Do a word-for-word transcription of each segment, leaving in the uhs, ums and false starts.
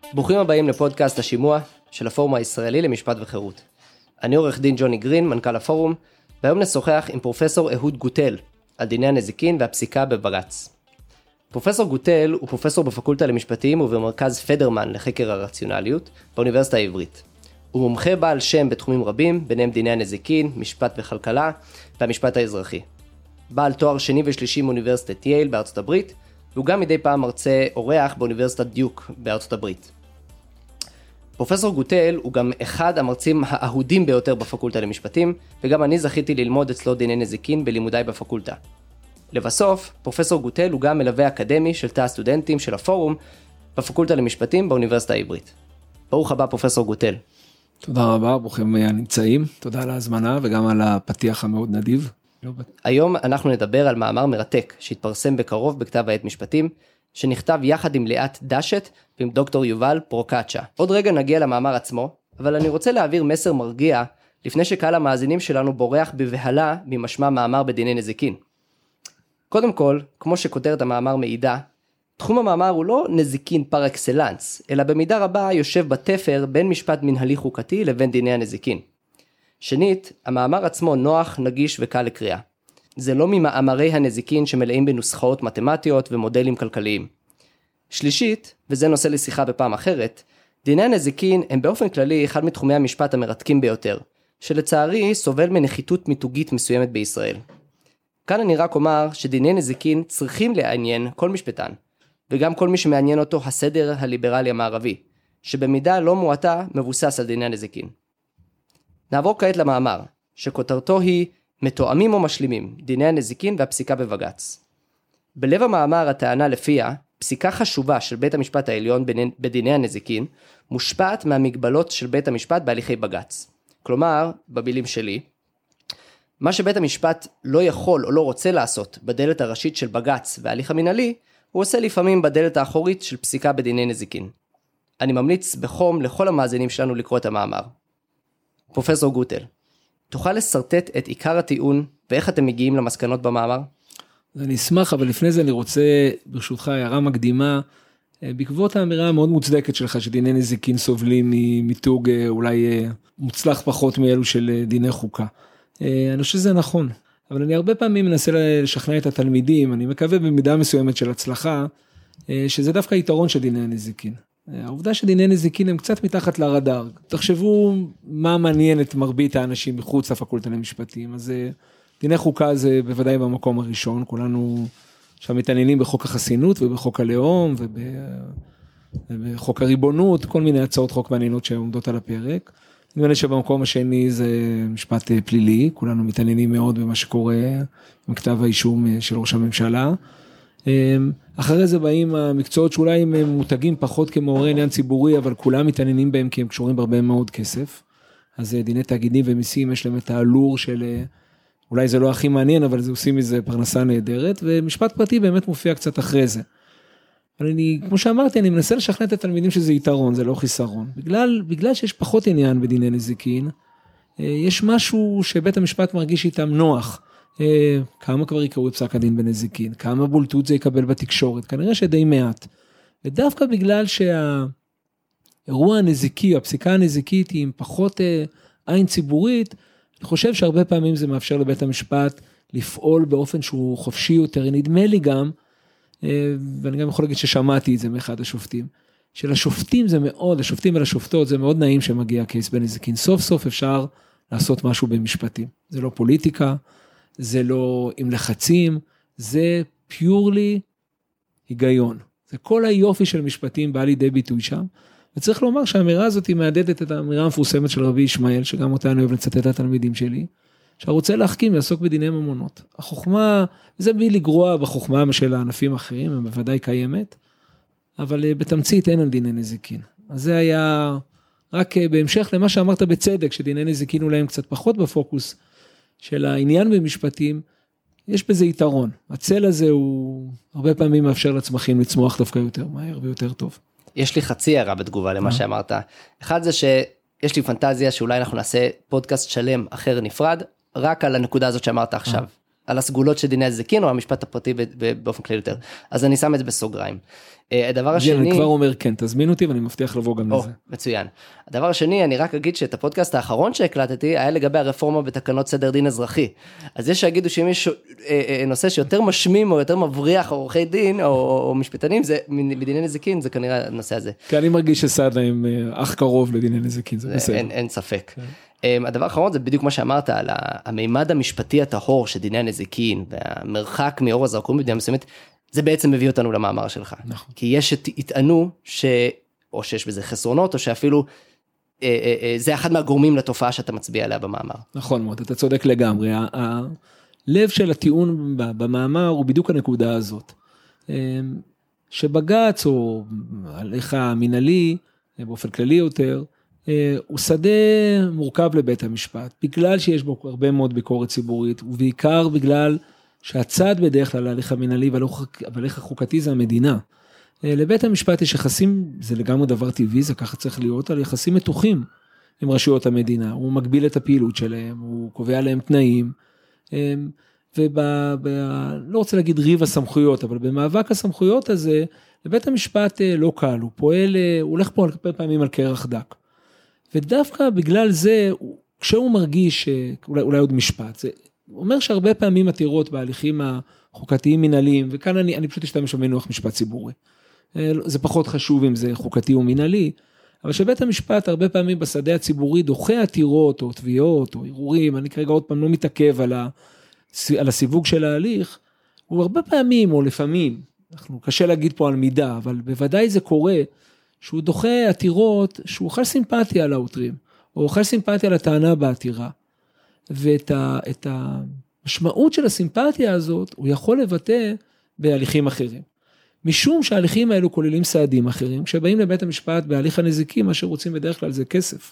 ברוכים הבאים לפודקאסט השימוע של הפורום הישראלי למשפט וחירות. אני עורך דין ג'וני גרין, מנכ"ל הפורום, והיום נשוחח עם פרופסור אהוד גוטל על דיני הנזיקין והפסיקה בבג"ץ. פרופסור גוטל הוא פרופסור בפקולטה למשפטים ובמרכז פדרמן לחקר הרציונליות באוניברסיטה העברית. הוא מומחה בעל שם בתחומים רבים, ביניהם דיני הנזיקין, משפט וכלכלה והמשפט האזרחי. בעל תואר שני ושלישי מאוניברסיטת יייל בארצות הברית, והוא גם מדי פעם מרצה אורח באוניברסיטת דיוק בארצות הברית. פרופסור גוטל הוא גם אחד המרצים האהודים ביותר בפקולטה למשפטים, וגם אני זכיתי ללמוד אצלו דיני נזיקין בלימודיי בפקולטה. לבסוף, פרופסור גוטל הוא גם מלווה אקדמי של תא הסטודנטים של הפורום בפקולטה למשפטים באוניברסיטה העברית. ברוך הבא פרופסור גוטל. תודה רבה, ברוכים הנמצאים, תודה על ההזמנה וגם על הפתיח המאוד נדיב. היום אנחנו נדבר על מאמר מרתק שהתפרסם בקרוב בכתב העת משפטים, שנכתב יחד עם ליאת דשת ועם דוקטור יובל פרוקצ'ה. עוד רגע נגיע למאמר עצמו, אבל אני רוצה להעביר מסר מרגיע לפני שקהל המאזינים שלנו בורח בבהלה ממשמע מאמר בדיני נזיקין. קודם כל, כמו שכותרת המאמר מעידה, תחום המאמר הוא לא נזיקין פר אקסלנס, אלא במידה רבה יושב בתפר בין משפט מנהלי חוקתי לבין דיני הנזיקין. שנית, המאמר עצמו נוח, נגיש וקל לקריאה. זה לא ממאמרי הנזיקין שמלאים בנוסחאות מתמטיות ומודלים כלכליים. שלישית, וזה נושא לשיחה בפעם אחרת, דיני הנזיקין הם באופן כללי אחד מתחומי המשפט המרתקים ביותר, שלצערי סובל מנחיתות מיתוגית מסוימת בישראל. כאן אני רק אומר שדיני נזיקין צריכים לעניין כל משפטן, וגם כל מי שמעניין אותו הסדר הליברלי המערבי, שבמידה לא מועטה מבוסס על דיני הנזיקין. נעבור כעת למאמר, שכותרתו היא מתואמים או משלימים, דיני הנזיקין והפסיקה בבג"ץ. בלב המאמר הטענה לפיה, פסיקה חשובה של בית המשפט העליון בדיני הנזיקין, מושפעת מהמגבלות של בית המשפט בהליכי בג"ץ. כלומר, במילים שלי, מה שבית המשפט לא יכול או לא רוצה לעשות בדלת הראשית של בג"ץ וההליך המנהלי, הוא עושה לפעמים בדלת האחורית של פסיקה בדיני נזיקין. אני ממליץ בחום לכל המאזינים שלנו לקרוא את המאמר. פרופסור גוטל, תוכל לסרטט את עיקר הטיעון ואיך אתם מגיעים למסקנות במאמר? אני אשמח, אבל לפני זה אני רוצה, ברשותך, הערה מקדימה, בעקבות האמירה המאוד מוצדקת שלך, שדיני נזיקין סובלים ממיתוג אולי מוצלח פחות מאלו של דיני חוקה. אני חושב שזה נכון, אבל אני הרבה פעמים מנסה לשכנע את התלמידים, אני מקווה במידה מסוימת של הצלחה, שזה דווקא יתרון של דיני הנזיקין. העובדה שדיני נזיקין הם קצת מתחת לרדאר. תחשבו מה מעניין את מרבית האנשים מחוץ לפקולטה למשפטים. אז דיני חוקה זה בוודאי במקום הראשון. כולנו שם מתעניינים בחוק החסינות ובחוק הלאום ובחוק הריבונות, כל מיני הצעות חוק מעניינות שעומדות על הפרק. נראה לי שבמקום השני זה משפט פלילי. כולנו מתעניינים מאוד במה שקורה בכתב האישום של ראש הממשלה. אחרי זה באים המקצועות שאולי הם מותגים פחות כמעוררי עניין ציבורי, אבל כולם מתעניינים בהם כי הם קשורים בהרבה מאוד כסף. אז דיני תאגידים ומיסים יש להם את האלור של, אולי זה לא הכי מעניין, אבל זה עושים מזה פרנסה נהדרת, ומשפט פרטי באמת מופיע קצת אחרי זה. אבל אני, כמו שאמרתי, אני מנסה לשכנע את התלמידים שזה יתרון, זה לא חיסרון. בגלל, בגלל שיש פחות עניין בדיני נזיקין, יש משהו שבית המשפט מרגיש איתם נוח. כמה כבר יקראו את פסק הדין בנזיקין, כמה בולטות זה יקבל בתקשורת, כנראה שדי מעט. ודווקא בגלל שהאירוע הנזיקי, הפסיקה הנזיקית היא עם פחות עין ציבורית, אני חושב שהרבה פעמים זה מאפשר לבית המשפט לפעול באופן שהוא חופשי יותר, נדמה לי גם, ואני גם יכול להגיד ששמעתי את זה מאחד השופטים, שלשופטים זה מאוד, לשופטים ולשופטות זה מאוד נעים שמגיע קייס בנזיקין, סוף סוף אפשר לעשות משהו במשפטים, זה לא פוליטיקה, זה לא עם לחצים, זה פיורלי היגיון. זה כל היופי של משפטים בא לידי ביטוי שם, וצריך לומר שהאמירה הזאת היא מעדדת את האמירה המפורסמת של רבי ישמעאל, שגם אותה אני אוהב לצטט את התלמידים שלי, שרוצה להחכים לעסוק בדיני ממונות. החוכמה, זה בלי לגרוע בחוכמה של הענפים האחרים, הם בוודאי קיימת, אבל בתמצית אין על דיני נזיקין. אז זה היה רק בהמשך למה שאמרת בצדק, שדיני נזיקין אולי הם קצת פחות בפוקוס, של העניין במשפטים, יש בזה יתרון. הצל הזה הוא הרבה פעמים מאפשר לצמחים לצמוח דווקא יותר מהר ויותר טוב. יש לי חצי הערה בתגובה למה שאמרת. אחד זה שיש לי פנטזיה שאולי אנחנו נעשה פודקאסט שלם אחר נפרד, רק על הנקודה הזאת שאמרת עכשיו. על הסגולות של דיני הנזיקין, או המשפט הפרטי באופן כללי יותר. אז אני שם את זה בסוגריים. הדבר השני... אני כבר אומר כן, תזמין אותי ואני מבטיח לבוא גם לזה. מצוין. הדבר השני, אני רק אגיד שאת הפודקאסט האחרון שהקלטתי, היה לגבי הרפורמה בתקנות סדר דין אזרחי. אז יש שיגידו שאם יש נושא שיותר משמים, או יותר מבריח, או עורכי דין, או משפטנים, זה בדיני נזיקין, זה כנראה הנושא הזה. כי אני מרגיש שסעד להם אך קרוב לדיני נזיקין, זה בסדר. אין ספק. הדבר האחרון זה בדיוק מה שאמרת, על המימד המשפטי הטהור של דיני הנזיקין, והמרחק מאור הזרקורים בדיני מסוימת, זה בעצם מביא אותנו למאמר שלך. נכון. כי יש שטענו, ש... או שיש בזה חסרונות, או שאפילו אה, אה, אה, זה אחד מהגורמים לתופעה שאתה מצביע עליה במאמר. נכון מאוד, אתה צודק לגמרי. הלב של הטיעון במאמר הוא בדיוק הנקודה הזאת. שבג"ץ או ההליך המינהלי, באופן כללי יותר, הוא שדה מורכב לבית המשפט, בגלל שיש בו הרבה מאוד ביקורת ציבורית, ובעיקר בגלל שהצד בדרך כלל להליך המינהלי וההליך החוקתי זה המדינה. לבית המשפט יש יחסים, זה לגמרי דבר טבעי, זה ככה צריך להיות, על יחסים מתוחים עם רשויות המדינה. הוא מגביל את הפעילות שלהם, הוא קובע להם תנאים, ולא רוצה להגיד ריב הסמכויות, אבל במאבק הסמכויות הזה, לבית המשפט לא קל, הוא פועל, הוא הולך פה הרבה פעמים על קרח דק. ודווקא בגלל זה, כשהוא מרגיש, אולי, אולי עוד משפט, זה הוא אומר שהרבה פעמים עתירות בהליכים החוקתיים מנהליים, וכאן אני, אני פשוט אשתמש במינוח משפט ציבורי. זה פחות חשוב אם זה חוקתי או מנהלי, אבל שבית המשפט הרבה פעמים בשדה הציבורי דוחה עתירות או תביעות או ערעורים, אני כרגע עוד פעם לא מתעכב על, ה, על הסיווג של ההליך, הוא הרבה פעמים או לפעמים, אנחנו קשה להגיד פה על מידה, אבל בוודאי זה קורה, שהוא דוחה עתירות שהוא אוכל סימפתיה על העותרים, או אוכל סימפתיה לטענה בעתירה, ואת ה, את המשמעות של הסימפתיה הזאת, הוא יכול לבטא בהליכים אחרים. משום שההליכים האלו כוללים סעדים אחרים, כשבאים לבית המשפט בהליך הנזיקי, מה שרוצים בדרך כלל זה כסף.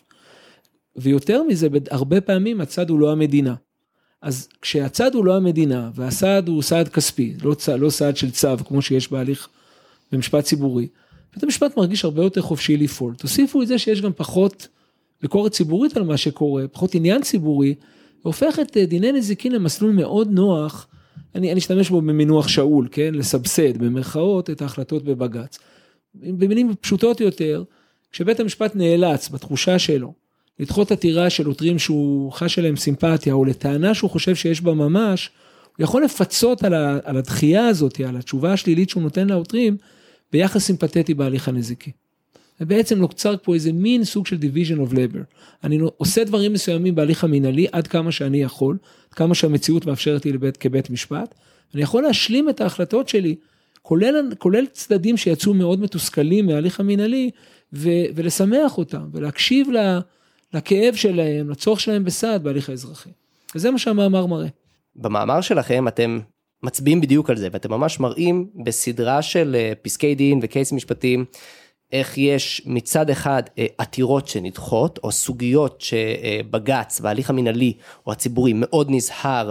ויותר מזה, הרבה פעמים הצד הוא לא המדינה. אז כשהצד הוא לא המדינה, והסעד הוא סעד כספי, לא, צע, לא סעד של צו, כמו שיש בהליך במשפט ציבורי, בית המשפט מרגיש הרבה יותר חופשי לפעול. תוסיפו את זה שיש גם פחות ביקורת ציבורית על מה שקורה, פחות עניין ציבורי, והופך את דיני נזיקין למסלול מאוד נוח, אני, אני אשתמש בו במינוח שאול, כן? לסבסד במרכאות את ההחלטות בבג"ץ. במילים פשוטות יותר, כשבית המשפט נאלץ בתחושה שלו, לדחות עתירה של עותרים שהוא חש אליהם סימפתיה, או לטענה שהוא חושב שיש בה ממש, הוא יכול לפצות על, ה, על הדחייה הזאת, על התשובה השלילית שהוא נותן לעותרים, ביחס סימפתטי בהליך הנזיקי. ובעצם נוצר פה איזה מין סוג של division of labor. אני עושה דברים מסוימים בהליך המינהלי, עד כמה שאני יכול, עד כמה שהמציאות מאפשרת לי לבית, כבית משפט, אני יכול להשלים את ההחלטות שלי, כולל, כולל צדדים שיצאו מאוד מתוסכלים מההליך המינהלי, ו, ולשמח אותם, ולהקשיב לה, לכאב שלהם, לצורך שלהם בסעד בהליך האזרחי. וזה מה שהמאמר מראה. במאמר שלכם אתם מצביעים בדיוק על זה, ואתם ממש מראים בסדרה של פסקי דין וקייסים משפטיים, איך יש מצד אחד עתירות שנדחות, או סוגיות שבג"ץ וההליך המינהלי או הציבורי מאוד נזהר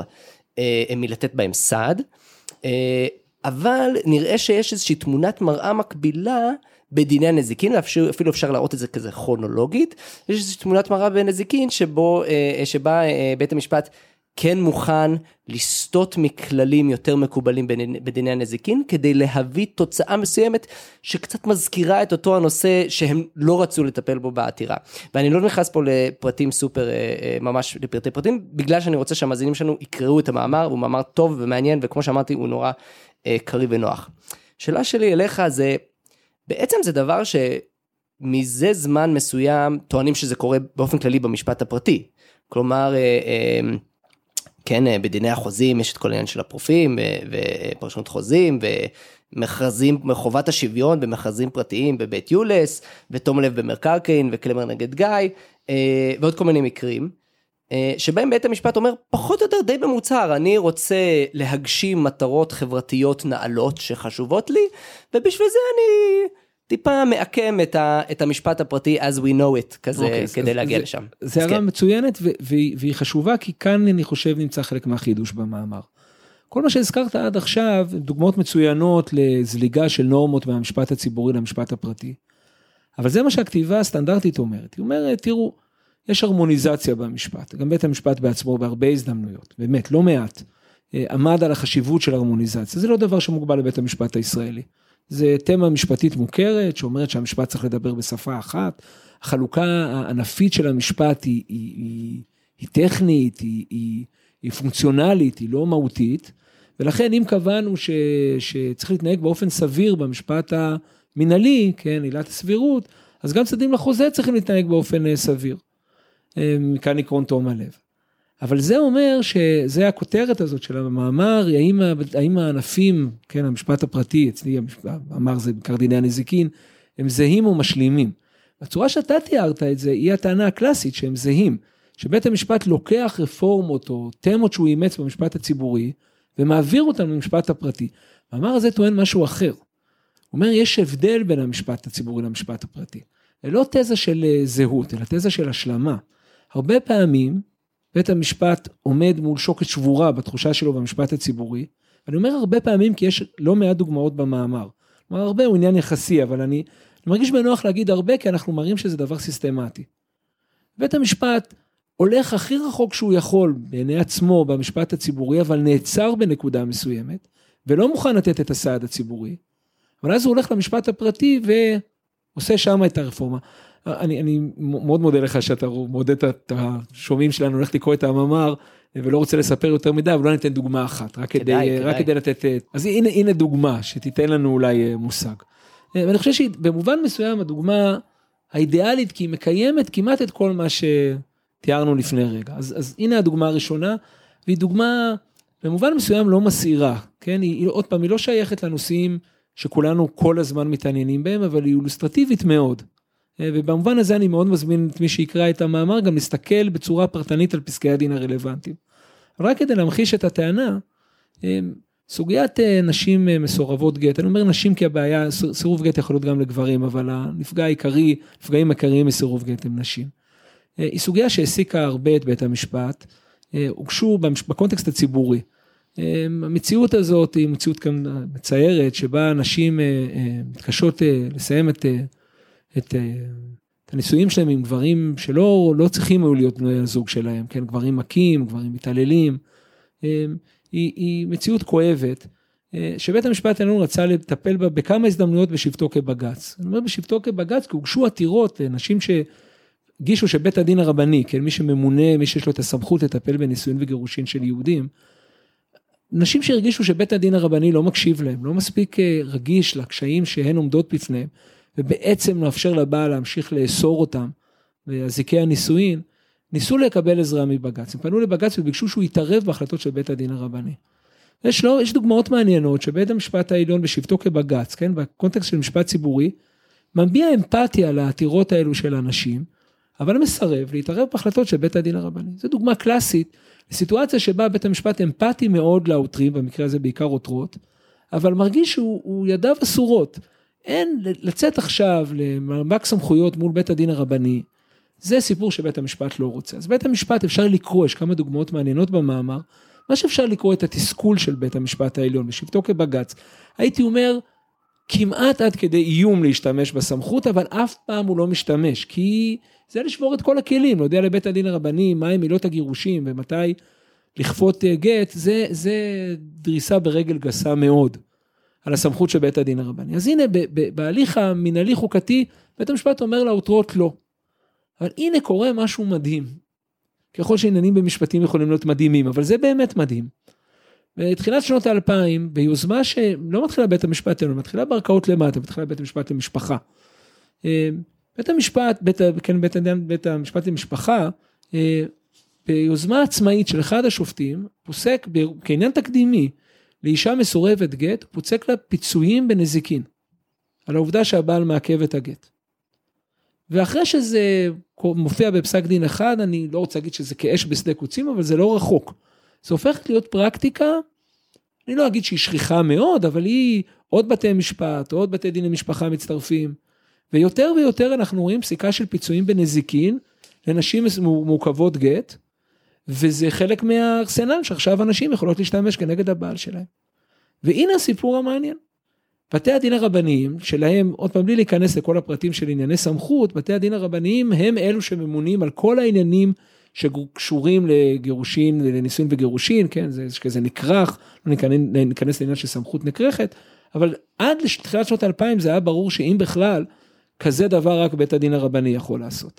מלתת בהם סעד, אבל נראה שיש איזושהי תמונת מראה מקבילה בדיני הנזיקין, אפילו אפשר להראות את זה כזה כרונולוגית, יש איזושהי תמונת מראה בנזיקין שבו, שבה בית המשפט כן מוכן לסטות מכללים יותר מקובלים בדיני הנזיקין, כדי להביא תוצאה מסוימת שקצת מזכירה את אותו הנושא שהם לא רצו לטפל בו בעתירה. ואני לא נכנס פה לפרטים סופר, ממש לפרטי פרטים, בגלל שאני רוצה שהמאזינים שלנו יקראו את המאמר, הוא מאמר טוב ומעניין, וכמו שאמרתי, הוא נורא קריא ונוח. שאלה שלי אליך זה, בעצם זה דבר שמזה זמן מסוים טוענים שזה קורה באופן כללי במשפט הפרטי. כלומר, כן, בדיני החוזים יש את כל העניין של הפרופים ופרשנות חוזים ומכרזים, חובת השוויון במכרזים פרטיים בבית יולס ותום לב במקרקעין וקלמר נגד גיא ועוד כל מיני מקרים שבהם בית המשפט אומר פחות או יותר די במוצהר, אני רוצה להגשים מטרות חברתיות נעלות שחשובות לי ובשביל זה אני טיפה מעקם את, ה, את המשפט הפרטי as we know it, כזה, okay, כדי אז, להגיע זה, לשם. זה הערה כן. מצוינת, ו- והיא, והיא חשובה, כי כאן אני חושב נמצא חלק מהחידוש במאמר. כל מה שהזכרת עד עכשיו, דוגמאות מצוינות לזליגה של נורמות מהמשפט הציבורי למשפט הפרטי. אבל זה מה שהכתיבה הסטנדרטית אומרת. היא אומרת, תראו, יש הרמוניזציה במשפט, גם בית המשפט בעצמו בהרבה הזדמנויות, באמת, לא מעט. עמד על החשיבות של הרמוניזציה. זה לא דבר שמוגבל לבית המשפט הישראלי. זה תמה משפטית מוכרת, שאומרת שהמשפט צריך לדבר בשפה אחת. החלוקה הענפית של המשפט היא, היא, היא, היא טכנית, היא, היא, היא פונקציונלית, היא לא מהותית. ולכן אם קבענו ש, שצריך להתנהג באופן סביר במשפט המנהלי, כן, עילת הסבירות, אז גם צדדים לחוזה צריכים להתנהג באופן סביר. מכאן עקרון תום הלב. אבל זה אומר שזה הכותרת הזאת של המאמר, האם, האם הענפים, כן, המשפט הפרטי, אצלי המאמר זה בעיקר דיני הנזיקין, הם זהים או משלימים. הצורה שאתה תיארת את זה, היא הטענה הקלאסית שהם זהים, שבית המשפט לוקח רפורמות או תמות שהוא אימץ במשפט הציבורי, ומעביר אותם למשפט הפרטי. המאמר הזה טוען משהו אחר. הוא אומר, יש הבדל בין המשפט הציבורי למשפט הפרטי. זה לא תזה של זהות, אלא תזה של השלמה. הרבה פעמים, בית המשפט עומד מול שוקת שבורה בתחושה שלו במשפט הציבורי, ואני אומר הרבה פעמים כי יש לא מעט דוגמאות במאמר. כלומר, הרבה הוא עניין יחסי, אבל אני, אני מרגיש בנוח להגיד הרבה, כי אנחנו מראים שזה דבר סיסטמטי. בית המשפט הולך הכי רחוק שהוא יכול, בעיני עצמו, במשפט הציבורי, אבל נעצר בנקודה מסוימת, ולא מוכן לתת את הסעד הציבורי, אבל אז הוא הולך למשפט הפרטי, ועושה שם את הרפורמה. אני, אני מאוד מודה לך שאתה מודד את השומעים שלנו, הולך לקרוא את המאמר, ולא רוצה לספר יותר מדי, אבל לא ניתן דוגמה אחת, רק, כדאי, כדי, כדאי. רק כדי לתת, אז הנה, הנה דוגמה, שתיתן לנו אולי מושג. ואני חושב שבמובן מסוים, הדוגמה האידיאלית, כי היא מקיימת כמעט את כל מה שתיארנו לפני רגע. אז, אז הנה הדוגמה הראשונה, והיא דוגמה במובן מסוים לא מסעירה, כן? היא, היא, עוד פעם, היא לא שייכת לנושאים שכולנו כל הזמן מתעניינים בהם, אבל היא אילוסטרטיבית מאוד. ובמובן הזה אני מאוד מזמין את מי שיקרא את המאמר, גם להסתכל בצורה פרטנית על פסקי הדין הרלוונטיים. רק כדי להמחיש את הטענה, סוגיית נשים מסורבות גט, אני אומר נשים כי הבעיה, סירוב גט יכול להיות גם לגברים, אבל הנפגע העיקרי, נפגעים העיקריים מסירוב גט הם נשים. היא סוגיה שהעסיקה הרבה את בית המשפט, הוגשו בקונטקסט הציבורי. המציאות הזאת היא מציאות כאן מציירת, שבה נשים מתקשות לסיים את את, את הניסויים שלהם עם גברים שלא לא צריכים היו להיות בני הזוג שלהם, כן, גברים מכים, גברים מתעללים, היא, היא מציאות כואבת, שבית המשפט העליון רצה לטפל בה בכמה הזדמנויות בשבתו כבגץ. אני אומר בשבתו כבגץ, כי הוגשו עתירות לנשים שהגישו שבית הדין הרבני, כן, מי שממונה, מי שיש לו את הסמכות לטפל בניסויים וגירושין של יהודים, נשים שהרגישו שבית הדין הרבני לא מקשיב להם, לא מספיק רגיש לקשיים שהן עומדות בפניהם, ובעצם מאפשר לבעל להמשיך לאסור אותם, והזיקי הנישואין, ניסו לקבל עזרה מבגץ, הם פנו לבגץ וביקשו שהוא יתערב בהחלטות של בית הדין הרבני. יש, לא, יש דוגמאות מעניינות שבית המשפט העליון בשבתו כבגץ, כן, בקונטקסט של משפט ציבורי, מביע אמפתיה לעתירות האלו של אנשים, אבל מסרב להתערב בהחלטות של בית הדין הרבני. זו דוגמה קלאסית, לסיטואציה שבה בית המשפט אמפתי מאוד לעותרים, במקרה הזה בעיקר עותרות, אבל מרגיש שהוא ידיו אסורות, אין לצאת עכשיו למאבק סמכויות מול בית הדין הרבני, זה סיפור שבית המשפט לא רוצה. אז בית המשפט אפשר לקרוא, יש כמה דוגמאות מעניינות במאמר, מה שאפשר לקרוא את התסכול של בית המשפט העליון, בשבתו כבגץ, הייתי אומר, כמעט עד כדי איום להשתמש בסמכות, אבל אף פעם הוא לא משתמש, כי זה לשבור את כל הכלים, להודיע לבית הדין הרבני, מהם מילות הגירושים, ומתי לכפות גט, זה, זה דריסה ברגל גסה מאוד. על הסמכות של בית הדין הרבני. אז הנה, בהליך המנהלי חוקתי, בית המשפט אומר לעותרות לא. אבל הנה קורה משהו מדהים. ככל שעניינים במשפטים יכולים להיות מדהימים, אבל זה באמת מדהים. בתחילת שנות האלפיים, ביוזמה שלא מתחילה בית המשפט, אלא מתחילה בערכאות למטה, מתחילה בית המשפט למשפחה. בית המשפט, בית, כן, בית, בית המשפט למשפחה, ביוזמה עצמאית של אחד השופטים, פוסק כעניין תקדימי, לאישה מסורבת גט, פוצק לה פיצויים בנזיקין, על העובדה שהבעל מעכב את הגט. ואחרי שזה מופיע בפסק דין אחד, אני לא רוצה להגיד שזה כאש בשדה קוצים, אבל זה לא רחוק. זה הופכת להיות פרקטיקה, אני לא אגיד שהיא שכיחה מאוד, אבל היא עוד בתי משפט, עוד בתי דין למשפחה מצטרפים, ויותר ויותר אנחנו רואים פסיקה של פיצויים בנזיקין, לנשים מעוכבות גט, וזה חלק מהארסנל שעכשיו אנשים יכולות להשתמש כנגד הבעל שלהם. והנה הסיפור המעניין. בתי הדין הרבניים, שלהם, עוד פעם בלי להיכנס לכל הפרטים של ענייני סמכות, בתי הדין הרבניים הם אלו שממונים על כל העניינים שקשורים לגירושין, לנישואין וגירושין, כן, זה כזה נקרח, לא ניכנס לעניין של סמכות נקרחת, אבל עד לתחילת שנות אלפיים זה היה ברור שאם בכלל, כזה דבר רק בית הדין הרבני יכול לעשות.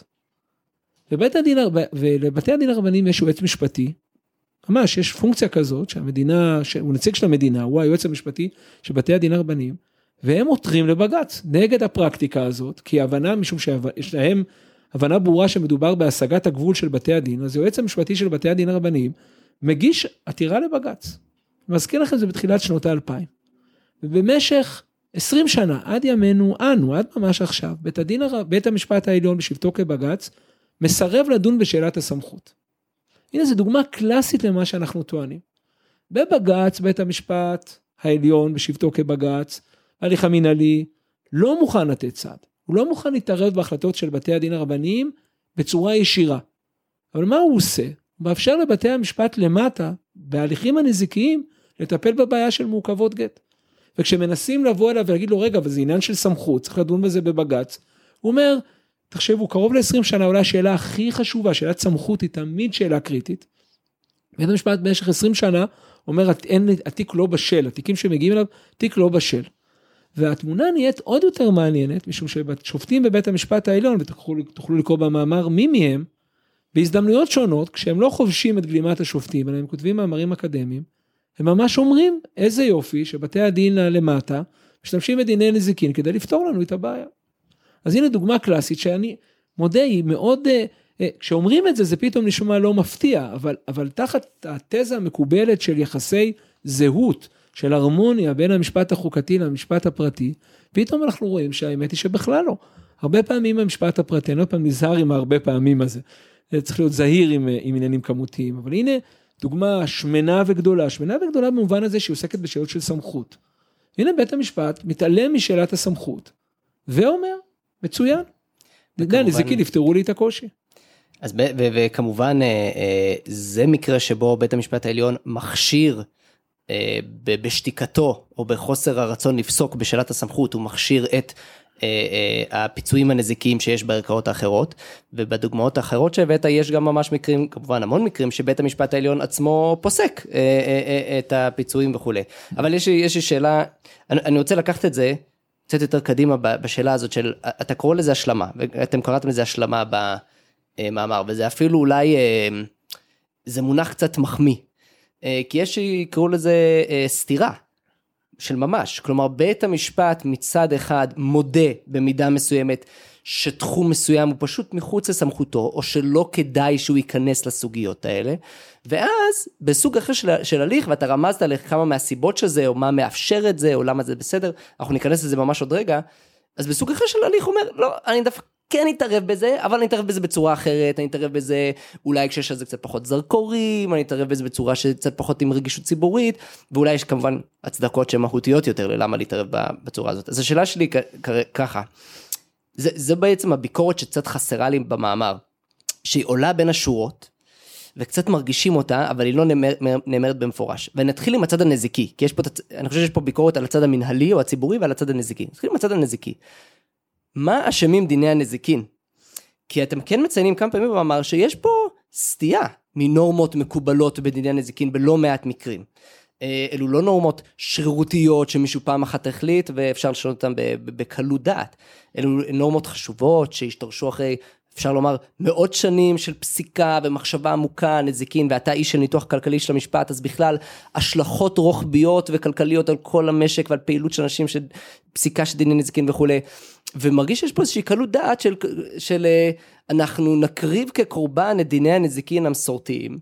ובית הדין, ולבתי הדין הרבניים יש יועץ משפטי, ממש יש פונקציה כזאת, שהמדינה, הוא נציג של המדינה, הוא היועץ המשפטי של בתי הדין הרבניים, והם עותרים לבג"ץ נגד הפרקטיקה הזאת, כי הבנה, משום שיש להם הבנה ברורה שמדובר בהשגת הגבול של בתי הדין, אז היועץ המשפטי של בתי הדין הרבניים, מגיש עתירה לבג"ץ. מזכיר לכם זה בתחילת שנות האלפיים. ובמשך עשרים שנה, עד ימינו, אנו, עד ממש עכשיו, בית הדין, בית המשפט העליון בשבתו כבג"ץ, מסרב לדון בשאלת הסמכות. הנה זו דוגמה קלאסית למה שאנחנו טוענים. בבג"ץ, בית המשפט העליון בשבתו כבג"ץ, ההליך המנהלי, לא מוכן לתת צד. הוא לא מוכן להתערב בהחלטות של בתי הדין הרבניים בצורה ישירה. אבל מה הוא עושה? הוא מאפשר לבתי המשפט למטה, בהליכים הנזיקיים, לטפל בבעיה של מעוכבות גט. וכשמנסים לבוא אליו ולהגיד לו, רגע, וזה עניין של סמכות, צריך לדון בזה בבג"ץ, הוא אומר, תחשבו, קרוב ל-עשרים שנה, אולי השאלה הכי חשובה, שאלת סמכות היא תמיד שאלה קריטית. בית המשפט במשך עשרים שנה, אומר, התיק לא בשל, התיקים שמגיעים אליו, תיק לא בשל. והתמונה נהיית עוד יותר מעניינת, משום ששופטים בבית המשפט העליון, ותוכלו לקרוא במאמר מי מהם, בהזדמנויות שונות, כשהם לא חובשים את גלימת השופטים, אלא הם כותבים מאמרים אקדמיים, הם ממש אומרים, איזה יופי, שבתי הדין למטה, משתמשים בדיני נזיקין, כדי לפתור לנו את הבעיה. אז הנה דוגמה קלאסית, שאני מודה, היא מאוד, כשאומרים את זה, זה פתאום נשמע לא מפתיע, אבל, אבל תחת התזה המקובלת של יחסי זהות, של הרמוניה בין המשפט החוקתי למשפט הפרטי, פתאום אנחנו רואים שהאמת היא שבכלל לא. הרבה פעמים המשפט הפרטי, אני לא פעם נזהר עם הרבה פעמים הזה, צריך להיות זהיר עם, עם עניינים כמותיים, אבל הנה דוגמה שמנה וגדולה, שמנה וגדולה במובן הזה שהיא עוסקת בשאלות של סמכות. הנה בית המשפט מתעלם משאלת הסמכות, ואומר, מצוין, נזיקין, יפתרו לי את הקושי. אז וכמובן, זה מקרה שבו בית המשפט העליון מכשיר, בשתיקתו או בחוסר הרצון לפסוק בשאלת הסמכות, הוא מכשיר את הפיצויים הנזיקיים שיש בערכאות האחרות, ובדוגמאות האחרות שהבאת יש גם ממש מקרים, כמובן המון מקרים, שבית המשפט העליון עצמו פוסק את הפיצויים וכו'. אבל יש לי שאלה, אני רוצה לקחת את זה קצת יותר קדימה בשאלה הזאת של, אתה קורא לזה השלמה, ואתם קראתם לזה השלמה במאמר, וזה אפילו אולי, זה מונח קצת מחמיא, כי יש שיקראו לזה סתירה של ממש, כלומר בית המשפט מצד אחד מודה במידה מסוימת שתחום מסוים הוא פשוט מחוץ לסמכותו, או שלא כדאי שהוא ייכנס לסוגיות האלה, ואז בסוג אחר של, של הליך, ואתה רמזת עליך כמה מהסיבות של זה, או מה מאפשר את זה, או למה זה בסדר, אנחנו ניכנס לזה ממש עוד רגע, אז בסוג אחר של הליך אומר, לא, אני דווקא כן אתערב בזה, אבל אני אתערב בזה בצורה אחרת, אני אתערב בזה אולי כשיש על זה קצת פחות זרקורים, אני אתערב בזה בצורה שקצת פחות עם רגישות ציבורית, ואולי יש כמובן הצדקות שהן מהותיות יותר ללמה להתערב בצורה הזאת. אז השאלה שלי ככה, זה, זה בעצם הביקורת שקצת חסרה לי במאמר, שהיא עולה בין השורות, וקצת מרגישים אותה, אבל היא לא נאמר, נאמרת במפורש. ונתחיל עם הצד הנזיקי, כי יש פה, אני חושב שיש פה ביקורת על הצד המנהלי או הציבורי ועל הצד הנזיקי. נתחיל עם הצד הנזיקי. מה אשמים דיני הנזיקין? כי אתם כן מציינים כמה פעמים במאמר שיש פה סטייה מנורמות מקובלות בדיני הנזיקין בלא מעט מקרים. אלו לא נורמות שרירותיות שמישהו פעם אחת החליט ואפשר לשנות אותן בקלות דעת. אלו נורמות חשובות שהשתרשו אחרי, אפשר לומר, מאות שנים של פסיקה ומחשבה עמוקה, נזיקין, ואתה איש של ניתוח כלכלי של המשפט, אז בכלל השלכות רוחביות וכלכליות על כל המשק ועל פעילות של אנשים, של פסיקה של דיני נזיקין וכו'. ומרגיש שיש פה איזושהי קלות דעת של, של אנחנו נקריב כקורבן את דיני הנזיקין המסורתיים,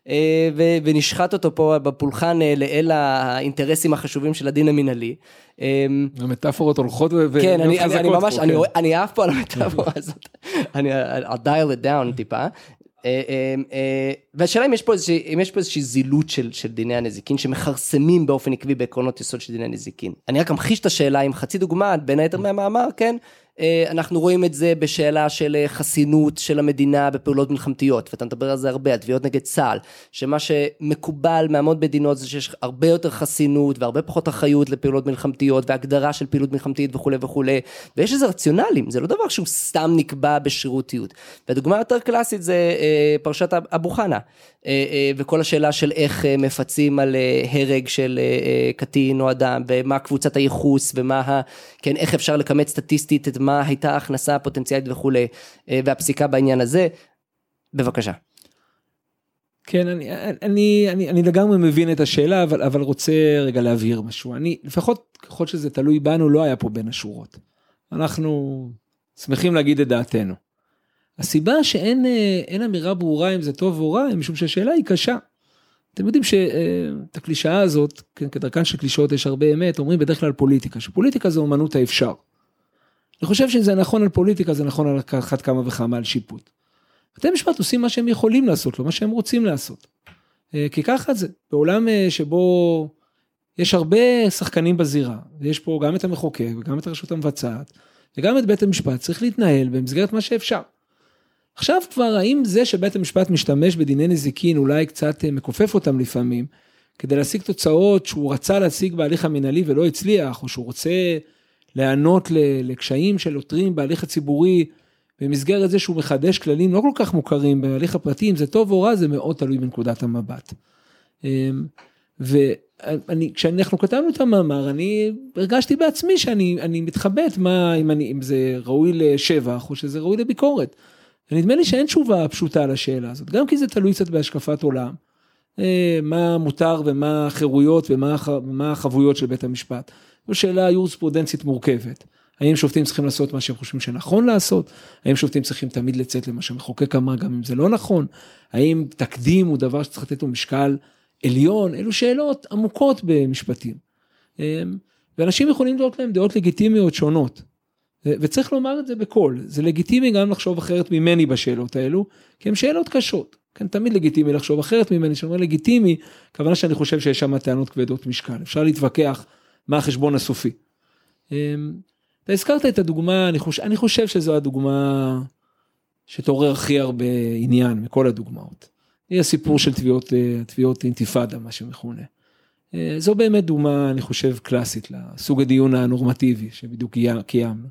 ו- ונשחט אותו פה בפולחן לאל האינטרסים החשובים של הדין המנהלי. המטאפורות הולכות ו... כן, אני, אני, אני ממש, אני, אני אהב פה על המטאפורה הזאת. אני, I'll dial it down טיפה. והשאלה אם יש פה איזושהי, אם יש פה איזושהי זילות של, של דיני הנזיקין, שמחרסמים באופן עקבי בעקרונות יסוד של דיני הנזיקין. אני רק אמחיש את השאלה עם חצי דוגמה, בין היתר מהמאמר, כן? אנחנו רואים את זה בשאלה של חסינות של המדינה בפעולות מלחמתיות, ואתה מדבר על זה הרבה, התביעות נגד צה"ל, שמה שמקובל מהמון מדינות זה שיש הרבה יותר חסינות והרבה פחות אחריות לפעולות מלחמתיות והגדרה של פעילות מלחמתית וכו' וכו', ויש איזה רציונלים, זה לא דבר שהוא סתם נקבע בשירותיות. והדוגמה יותר קלאסית זה פרשת אבו חנה, וכל השאלה של איך מפצים על הרג של קטין או אדם, ומה קבוצת הייחוס, ומה, כן, איך אפשר לקמת סטטיסטית את מה הייתה ההכנסה הפוטנציאלית וכו', והפסיקה בעניין הזה. בבקשה. כן, אני, אני, אני, אני לגמרי מבין את השאלה, אבל, אבל רוצה רגע להבהיר משהו. אני, לפחות ככל שזה תלוי בנו, לא היה פה בין השורות. אנחנו שמחים להגיד את דעתנו. הסיבה שאין אין אמירה ברורה אם זה טוב או רע, משום שהשאלה היא קשה. אתם יודעים שאת הקלישאה הזאת, כן, כדרכן של קלישאות יש הרבה אמת, אומרים בדרך כלל פוליטיקה, שפוליטיקה זה אומנות האפשר. אני חושב שזה נכון על פוליטיקה, זה נכון על אחת כמה וכמה על שיפוט. בתי משפט עושים מה שהם יכולים לעשות, לא מה שהם רוצים לעשות. כי ככה זה, בעולם שבו יש הרבה שחקנים בזירה, ויש פה גם את המחוקק, וגם את הרשות המבצעת, וגם את בית המשפט, צריך להתנהל במסגרת מה שאפשר. עכשיו כבר, האם זה שבית המשפט משתמש בדיני נזיקין, אולי קצת מקופף אותם לפעמים, כדי להשיג תוצאות שהוא רצה להשיג בהליך המנהלי ולא הצליח, או שהוא רוצה לענות לקשיים של עותרים בהליך הציבורי, במסגרת זה שהוא מחדש כללים לא כל כך מוכרים בהליך הפרטי, אם זה טוב או רע, זה מאוד תלוי בנקודת המבט. ואני, כשאנחנו כתבנו את המאמר, אני הרגשתי בעצמי שאני אני מתחבט מה, אם, אני, אם זה ראוי לשבח, או שזה ראוי לביקורת. ונדמה לי שאין תשובה פשוטה לשאלה הזאת, גם כי זה תלוי קצת בהשקפת עולם, מה מותר ומה חירויות ומה, ומה החבויות של בית המשפט. זו שאלה יורספרודנצית מורכבת. האם שופטים צריכים לעשות מה שהם חושבים שנכון לעשות? האם שופטים צריכים תמיד לצאת למה שהמחוקק אמר, גם אם זה לא נכון? האם תקדים הוא דבר שצריך לתת לו משקל עליון? אלו שאלות עמוקות במשפטים. ואנשים יכולים להיות להם דעות לגיטימיות שונות. וצריך לומר את זה בכל. זה לגיטימי גם לחשוב אחרת ממני בשאלות האלו, כי הן שאלות קשות. כן, תמיד לגיטימי לחשוב אחרת ממני, שאומר לגיטימי, כוונה שאני חושב שיש שם טענות כבדות משקל. אפשר להתווכח מה החשבון הסופי. אתה הזכרת את הדוגמה, אני חושב, אני חושב שזו הדוגמה שתעורר הכי הרבה עניין מכל הדוגמאות. היא הסיפור של תביעות, תביעות אינתיפאדה, מה שמכונה. זו באמת דוגמה, אני חושב, קלאסית לסוג הדיון הנורמטיבי שבדיוק קיימנו.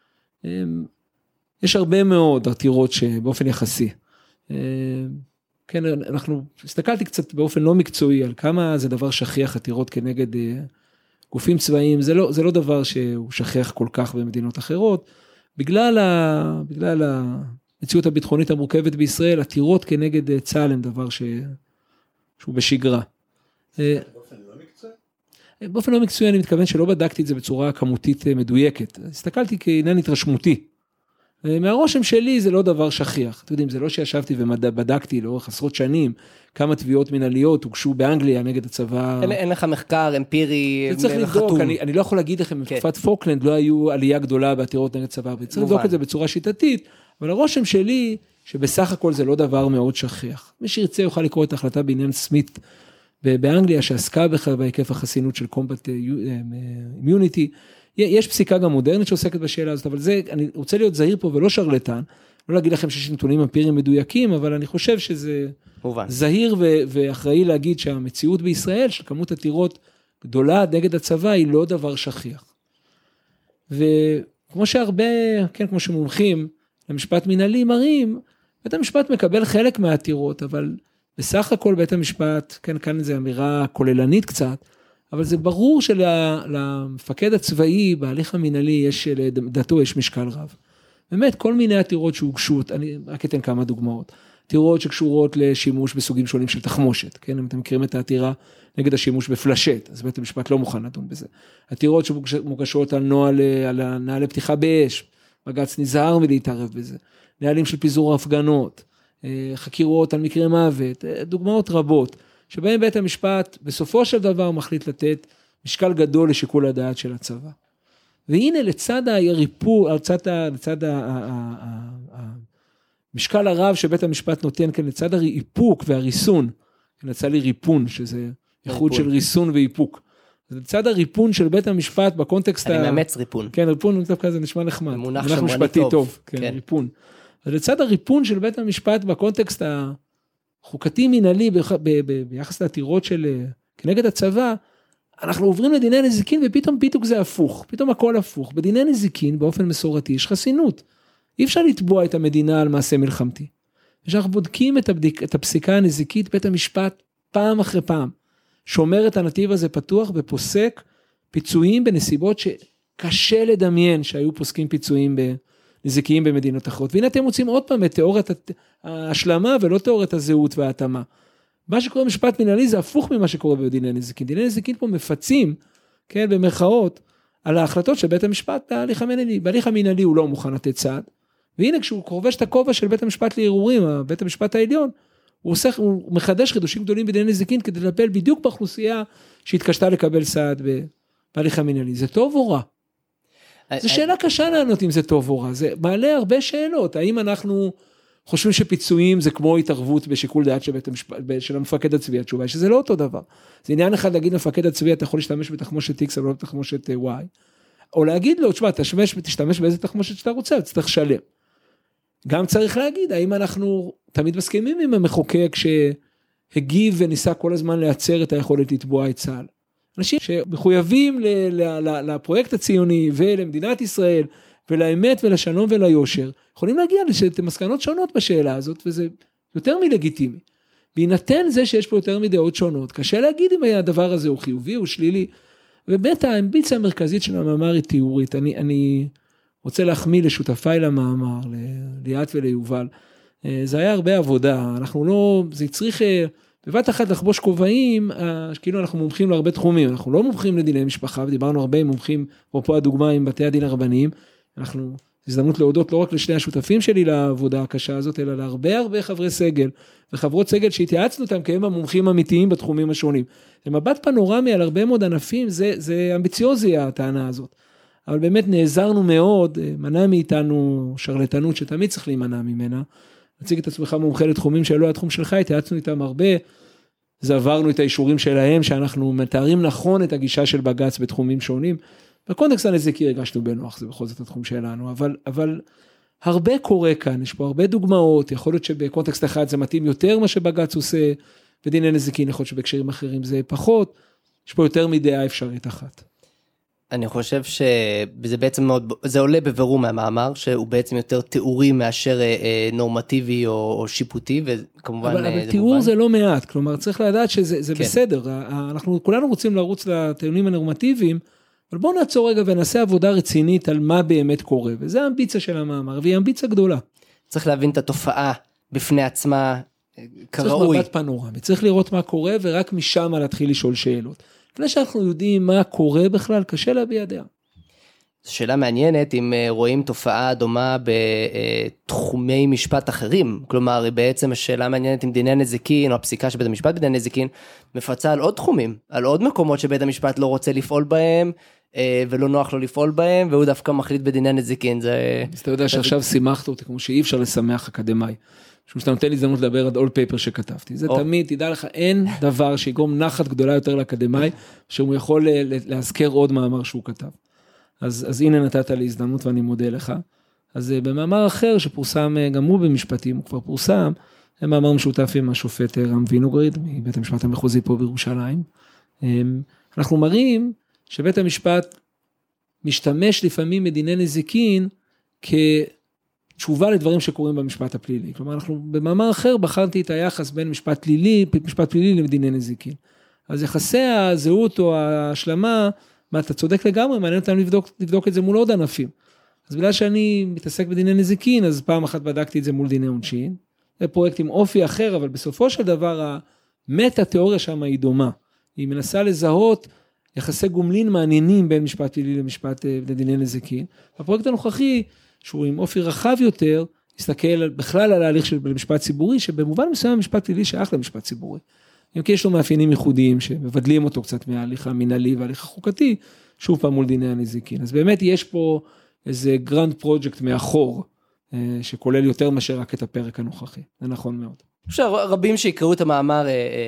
יש הרבה מאוד עתירות שבאופן יחסי. כן, אנחנו הסתכלתי קצת באופן לא מקצועי על כמה זה דבר שכיח עתירות כנגד גופים צבאיים, זה לא, זה לא דבר שהוא שכיח כל כך במדינות אחרות, בגלל, ה, בגלל המציאות הביטחונית המורכבת בישראל, עתירות כנגד צה"ל הם דבר ש, שהוא בשגרה. באופן לא מקצועי? באופן לא מקצועי אני מתכוון שלא בדקתי את זה בצורה כמותית מדויקת, הסתכלתי כעניין התרשמותי, מהרושם שלי זה לא דבר שכיח, אתם יודעים, זה לא שישבתי ובדקתי לאורך עשרות שנים, כמה תביעות מנהליות הוגשו באנגליה נגד הצבא. אין, אין לך מחקר אמפירי, זה צריך לבדוק, אני, אני לא יכול להגיד לכם, כן. בתקופת פוקלנד לא היו עלייה גדולה בעתירות נגד צבא, צריך לבדוק את זה בצורה שיטתית, אבל הרושם שלי, שבסך הכל זה לא דבר מאוד שכיח. מי שירצה יוכל לקרוא את ההחלטה בעניין סמית באנגליה, שעסקה בכלל בהיקף החסינות של קומבט אימיוניטי, יש פסיקה גם מודרנית שעוסקת בשאלה הזאת, אבל זה, אני רוצה להיות זהיר פה ולא שרלטן, לא להגיד לכם שיש נתונים אמפיריים מדויקים, אבל אני חושב שזה מובן. זהיר ו- ואחראי להגיד שהמציאות בישראל, של כמות עתירות גדולה נגד הצבא, היא לא דבר שכיח. וכמו שהרבה, כן, כמו שמומחים למשפט מנהלי מראים, בית המשפט מקבל חלק מהעתירות, אבל בסך הכל בית המשפט, כן, כאן זו אמירה כוללנית קצת, אבל זה ברור שלמפקד הצבאי בהליך המנהלי יש, לדעתו יש משקל רב. באמת, כל מיני עתירות שהוגשו, אני רק אתן כמה דוגמאות, עתירות שקשורות לשימוש בסוגים שונים של תחמושת, כן, אם אתם מכירים את העתירה נגד השימוש בפלשט, אז בית המשפט לא מוכן לדון בזה. עתירות שמוגשות על נוהל, על נהלי פתיחה באש, בג"ץ נזהר מלהתערב בזה, נהלים של פיזור ההפגנות, חקירות על מקרה מוות, דוגמאות רבות, שבהם בית המשפט בסופו של דבר מחליט לתת משקל גדול לשיקול הדעת של הצבא. והנה לצד היריפור, לצד, לצד המשקל הרב שבית המשפט נותן כאן, לצד האיפוק והריסון, יצא לי ריפון, שזה איחוד של ריסון ואיפוק. זה צד הריפון של בית המשפט בקונטקסט... אני מאמץ ריפון. כן, ריפון, דווקא זה נשמע נחמד. מונח שמרני טוב. טוב. כן, כן. ריפון. אז לצד הריפון של בית המשפט בקונטקסט החוקתי-מינהלי, ביחס לעתירות של... כנגד הצבא, אנחנו עוברים לדיני נזיקין, ופתאום פתאום זה הפוך. פתאום הכל הפוך. בדיני נזיקין, באופן מסורתי, יש חסינות. אי אפשר לתבוע את המדינה על מעשה מלחמתי. כשאנחנו בודקים את, הבדיק, את הפסיקה הנזיקית, בית המשפט פעם אחרי פעם, שומר את הנתיב הזה פתוח ופוסק פיצויים בנסיבות שקשה לדמיין שהיו פוסקים פיצויים נזיקיים במדינות אחרות. והנה אתם מוצאים עוד פעם את תיאוריית ההשלמה ולא תיאוריית הזהות וההתאמה. מה שקורה במשפט מנהלי זה הפוך ממה שקורה בדיני נזיקין. דיני נזיקין פה מפצים, כן, במרכאות, על ההחלטות של בית המשפט בהליך המנהלי. בהליך המנהלי הוא לא מוכן לתת צעד. והנה כשהוא חובש את הכובע של בית המשפט לערעורים, בית המשפט העליון, הוא, עושה, הוא מחדש חידושים גדולים בדיני נזיקין, כדי לטפל בדיוק באוכלוסייה שהתקשתה לקבל סעד בהליך המנהלי. זה טוב או רע? זו שאלה קשה לענות אם זה טוב או רע. זה מעלה הרבה שאלות. האם אנחנו חושבים שפיצויים זה כמו התערבות בשיקול דעת של, בית המשפט, של המפקד הצבאי? התשובה היא שזה לא אותו דבר. זה עניין אחד להגיד למפקד הצבאי, אתה יכול להשתמש בתחמושת X, אבל לא בתחמושת Y. או להגיד לו, תשמע, תשמש ותשתמש באיזה תחמושת שאתה רוצה, אתה צריך לשלם. גם צריך להגיד, האם אנחנו תמיד מסכימים עם המחוקק שהגיב וניסה כל הזמן לייצר את היכולת לתבוע את צה"ל. אנשים שמחויבים לפרויקט הציוני ולמדינת ישראל ולאמת ולשלום וליושר, יכולים להגיע למסקנות שונות בשאלה הזאת, וזה יותר מלגיטימי. בהינתן זה שיש פה יותר מדעות שונות, קשה להגיד אם הדבר הזה הוא חיובי או שלילי, ובאמת האמביציה המרכזית של המאמר היא תיאורית. אני, אני רוצה להחמיא לשותפיי למאמר, ליאת וליובל. זה היה הרבה עבודה, אנחנו לא, זה צריך בבת אחת לחבוש כובעים, כאילו אנחנו מומחים להרבה תחומים, אנחנו לא מומחים לדיני משפחה, ודיברנו הרבה עם מומחים, פה הדוגמה עם בתי הדין הרבניים, אנחנו, הזדמנות להודות לא רק לשני השותפים שלי לעבודה הקשה הזאת, אלא להרבה הרבה חברי סגל, וחברות סגל שהתייעצנו אותם, כי הם המומחים אמיתיים בתחומים השונים. במבט פנורמי על הרבה מאוד ענפים, זה, זה אמביציוזי הטענה הזאת. אבל באמת נעזרנו מאוד, מנע מאיתנו שרלטנות שתמיד צריך להימנע ממנה, נציג את עצמך מומחה לתחומים שלא התחום שלך, התייעצנו איתם הרבה, זה עברנו את האישורים שלהם, שאנחנו מתארים נכון את הגישה של בג"ץ בתחומים שונים, בקונטקסט הנזיקי הרגשנו בנוח, זה בכל זאת התחום שלנו, אבל, אבל הרבה קורה כאן, יש פה הרבה דוגמאות, יכול להיות שבקונטקסט אחד זה מתאים יותר מה שבג"ץ עושה, בדיני נזיקין, יכול להיות שבקשרים אחרים זה פחות, יש פה יותר מדעה אפשרית אחת. אני חושב שזה בעצם מאוד, זה עולה בבירור מהמאמר, שהוא בעצם יותר תיאורי מאשר אה, נורמטיבי או, או שיפוטי, וכמובן... אבל, אבל זה תיאור מובן. זה לא מעט, כלומר צריך לדעת שזה זה כן. בסדר, אנחנו כולנו רוצים לרוץ לטיעונים הנורמטיביים, אבל בואו נעצור רגע ונעשה עבודה רצינית על מה באמת קורה, וזה האמביציה של המאמר, והיא אמביציה גדולה. צריך להבין את התופעה בפני עצמה כראוי. צריך מבט פנורמי, צריך לראות מה קורה, ורק משם להתחיל לשאול שאלות. לפני שאנחנו יודעים מה קורה בכלל, קשה להביע דעה. זו שאלה מעניינת אם רואים תופעה דומה בתחומי משפט אחרים, כלומר היא בעצם השאלה מעניינת אם דיני נזיקין או הפסיקה של בית המשפט בדיני נזיקין מפצה על עוד תחומים, על עוד מקומות שבית המשפט לא רוצה לפעול בהם ולא נוח לו לפעול בהם והוא דווקא מחליט בדיני נזיקין. זה... אז אתה יודע שעכשיו שימחת אותי כמו שאי אפשר לשמח אקדמאי, משום שאתה נותן לי הזדמנות לדבר על אול פייפר שכתבתי, זה תמיד, תדע לך, אין דבר שיגרום נחת גדולה יותר לאקדמאי, שהוא יכול להזכר עוד מאמר שהוא כתב. אז, אז הנה נתת לי הזדמנות ואני מודה לך. אז במאמר אחר שפורסם גם הוא במשפטים, הוא כבר פורסם, זה מאמר משותף עם השופט רם וינוגריד, מבית המשפט המחוזי פה בירושלים. אנחנו מראים שבית המשפט משתמש לפעמים מדיני נזיקין כתשובה לדברים שקורים במשפט הפלילי. כלומר, אנחנו במאמר אחר בחרתי את היחס בין משפט פלילי, משפט פלילי למדיני נזיקין. אז יחסי הזהות או ההשלמה, מה, אתה צודק לגמרי, מעניין אותם לבדוק, לבדוק את זה מול עוד ענפים. אז בגלל שאני מתעסק בדיני נזיקין, אז פעם אחת בדקתי את זה מול דיני עונשין. זה פרויקט עם אופי אחר, אבל בסופו של דבר, המטה-תיאוריה שם היא דומה. היא מנסה לזהות יחסי גומלין מעניינים בין משפט פלילי למשפט לדיני נזיקין. הפרויקט הנוכחי, שהוא עם אופי רחב יותר, יסתכל בכלל על ההליך של משפט ציבורי, שבמובן מסוים המשפט פלילי שייך למשפט ציבורי. אם כי יש לו מאפיינים ייחודיים שמבדלים אותו קצת מההליך המנהלי וההליך החוקתי, שוב פעם מול דיני הנזיקין. אז באמת יש פה איזה גרנד פרויקט מאחור, שכולל יותר מאשר רק את הפרק הנוכחי. זה נכון מאוד. אפשר רבים שיקראו את המאמר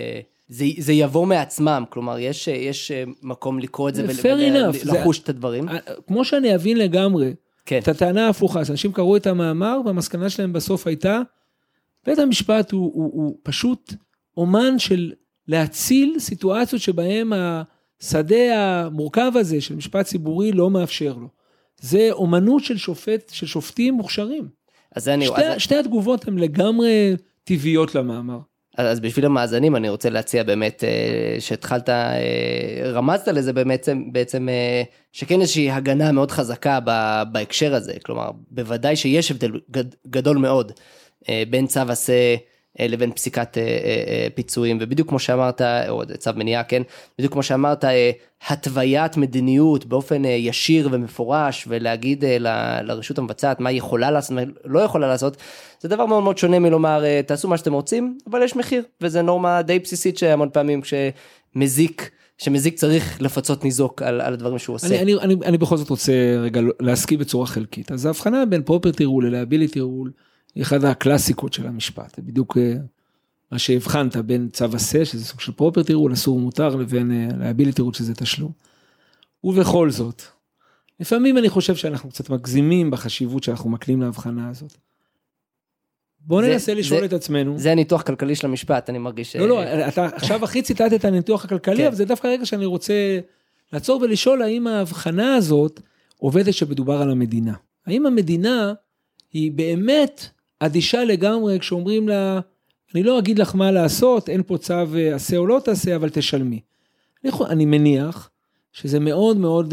זה, זה יבוא מעצמם, כלומר, יש, יש מקום לקרוא את זה ולחוש את הדברים. כמו שאני אבין לגמרי, כן. את הטענה ההפוכה, אנשים קראו את המאמר, והמסקנה שלהם בסוף הייתה, בית המשפט הוא, הוא, הוא פשוט אומן של להציל סיטואציות שבהם השדה המורכב הזה של משפט ציבורי לא מאפשר לו. זה אומנות של שופט, של שופטים מוכשרים. אז אני, שתי, אז... שתי התגובות הן לגמרי טבעיות למאמר. אז בשביל המאזנים אני רוצה להציע באמת שהתחלת, רמזת לזה בעצם, בעצם שכן איזושהי הגנה מאוד חזקה בהקשר הזה, כלומר בוודאי שיש הבדל גדול מאוד בין צו עשה לבין פסיקת פיצויים, ובדיוק כמו שאמרת, או צו מניעה, כן, בדיוק כמו שאמרת, התוויית מדיניות באופן ישיר ומפורש, ולהגיד לרשות המבצעת מה היא יכולה לעשות, מה לא יכולה לעשות, זה דבר מאוד מאוד שונה מלומר, תעשו מה שאתם רוצים, אבל יש מחיר, וזה נורמה די בסיסית שהמון פעמים כשמזיק, שמזיק צריך לפצות ניזוק על, על הדברים שהוא עושה. אני, אני, אני, אני בכל זאת רוצה רגע להסכים בצורה חלקית, אז ההבחנה בין property rule ל-liability rule, היא אחת הקלאסיקות של המשפט, זה בדיוק מה שהבחנת בין צו עשה, שזה סוג של property rule, אסור ומותר, לבין liability rule, שזה תשלום. ובכל זאת, לפעמים אני חושב שאנחנו קצת מגזימים בחשיבות שאנחנו מקלים להבחנה הזאת. בואו ננסה לשאול את עצמנו. זה הניתוח הכלכלי של המשפט, אני מרגיש... לא, לא, אתה עכשיו הכי ציטטת את הניתוח הכלכלי, אבל זה דווקא רגע שאני רוצה לעצור ולשאול, האם ההבחנה הזאת עובדת שמדובר על המדינה? האם המדינה היא באמת אדישה לגמרי כשאומרים לה, אני לא אגיד לך מה לעשות, אין פה צו עשה או לא תעשה, אבל תשלמי. אני מניח שזה מאוד מאוד,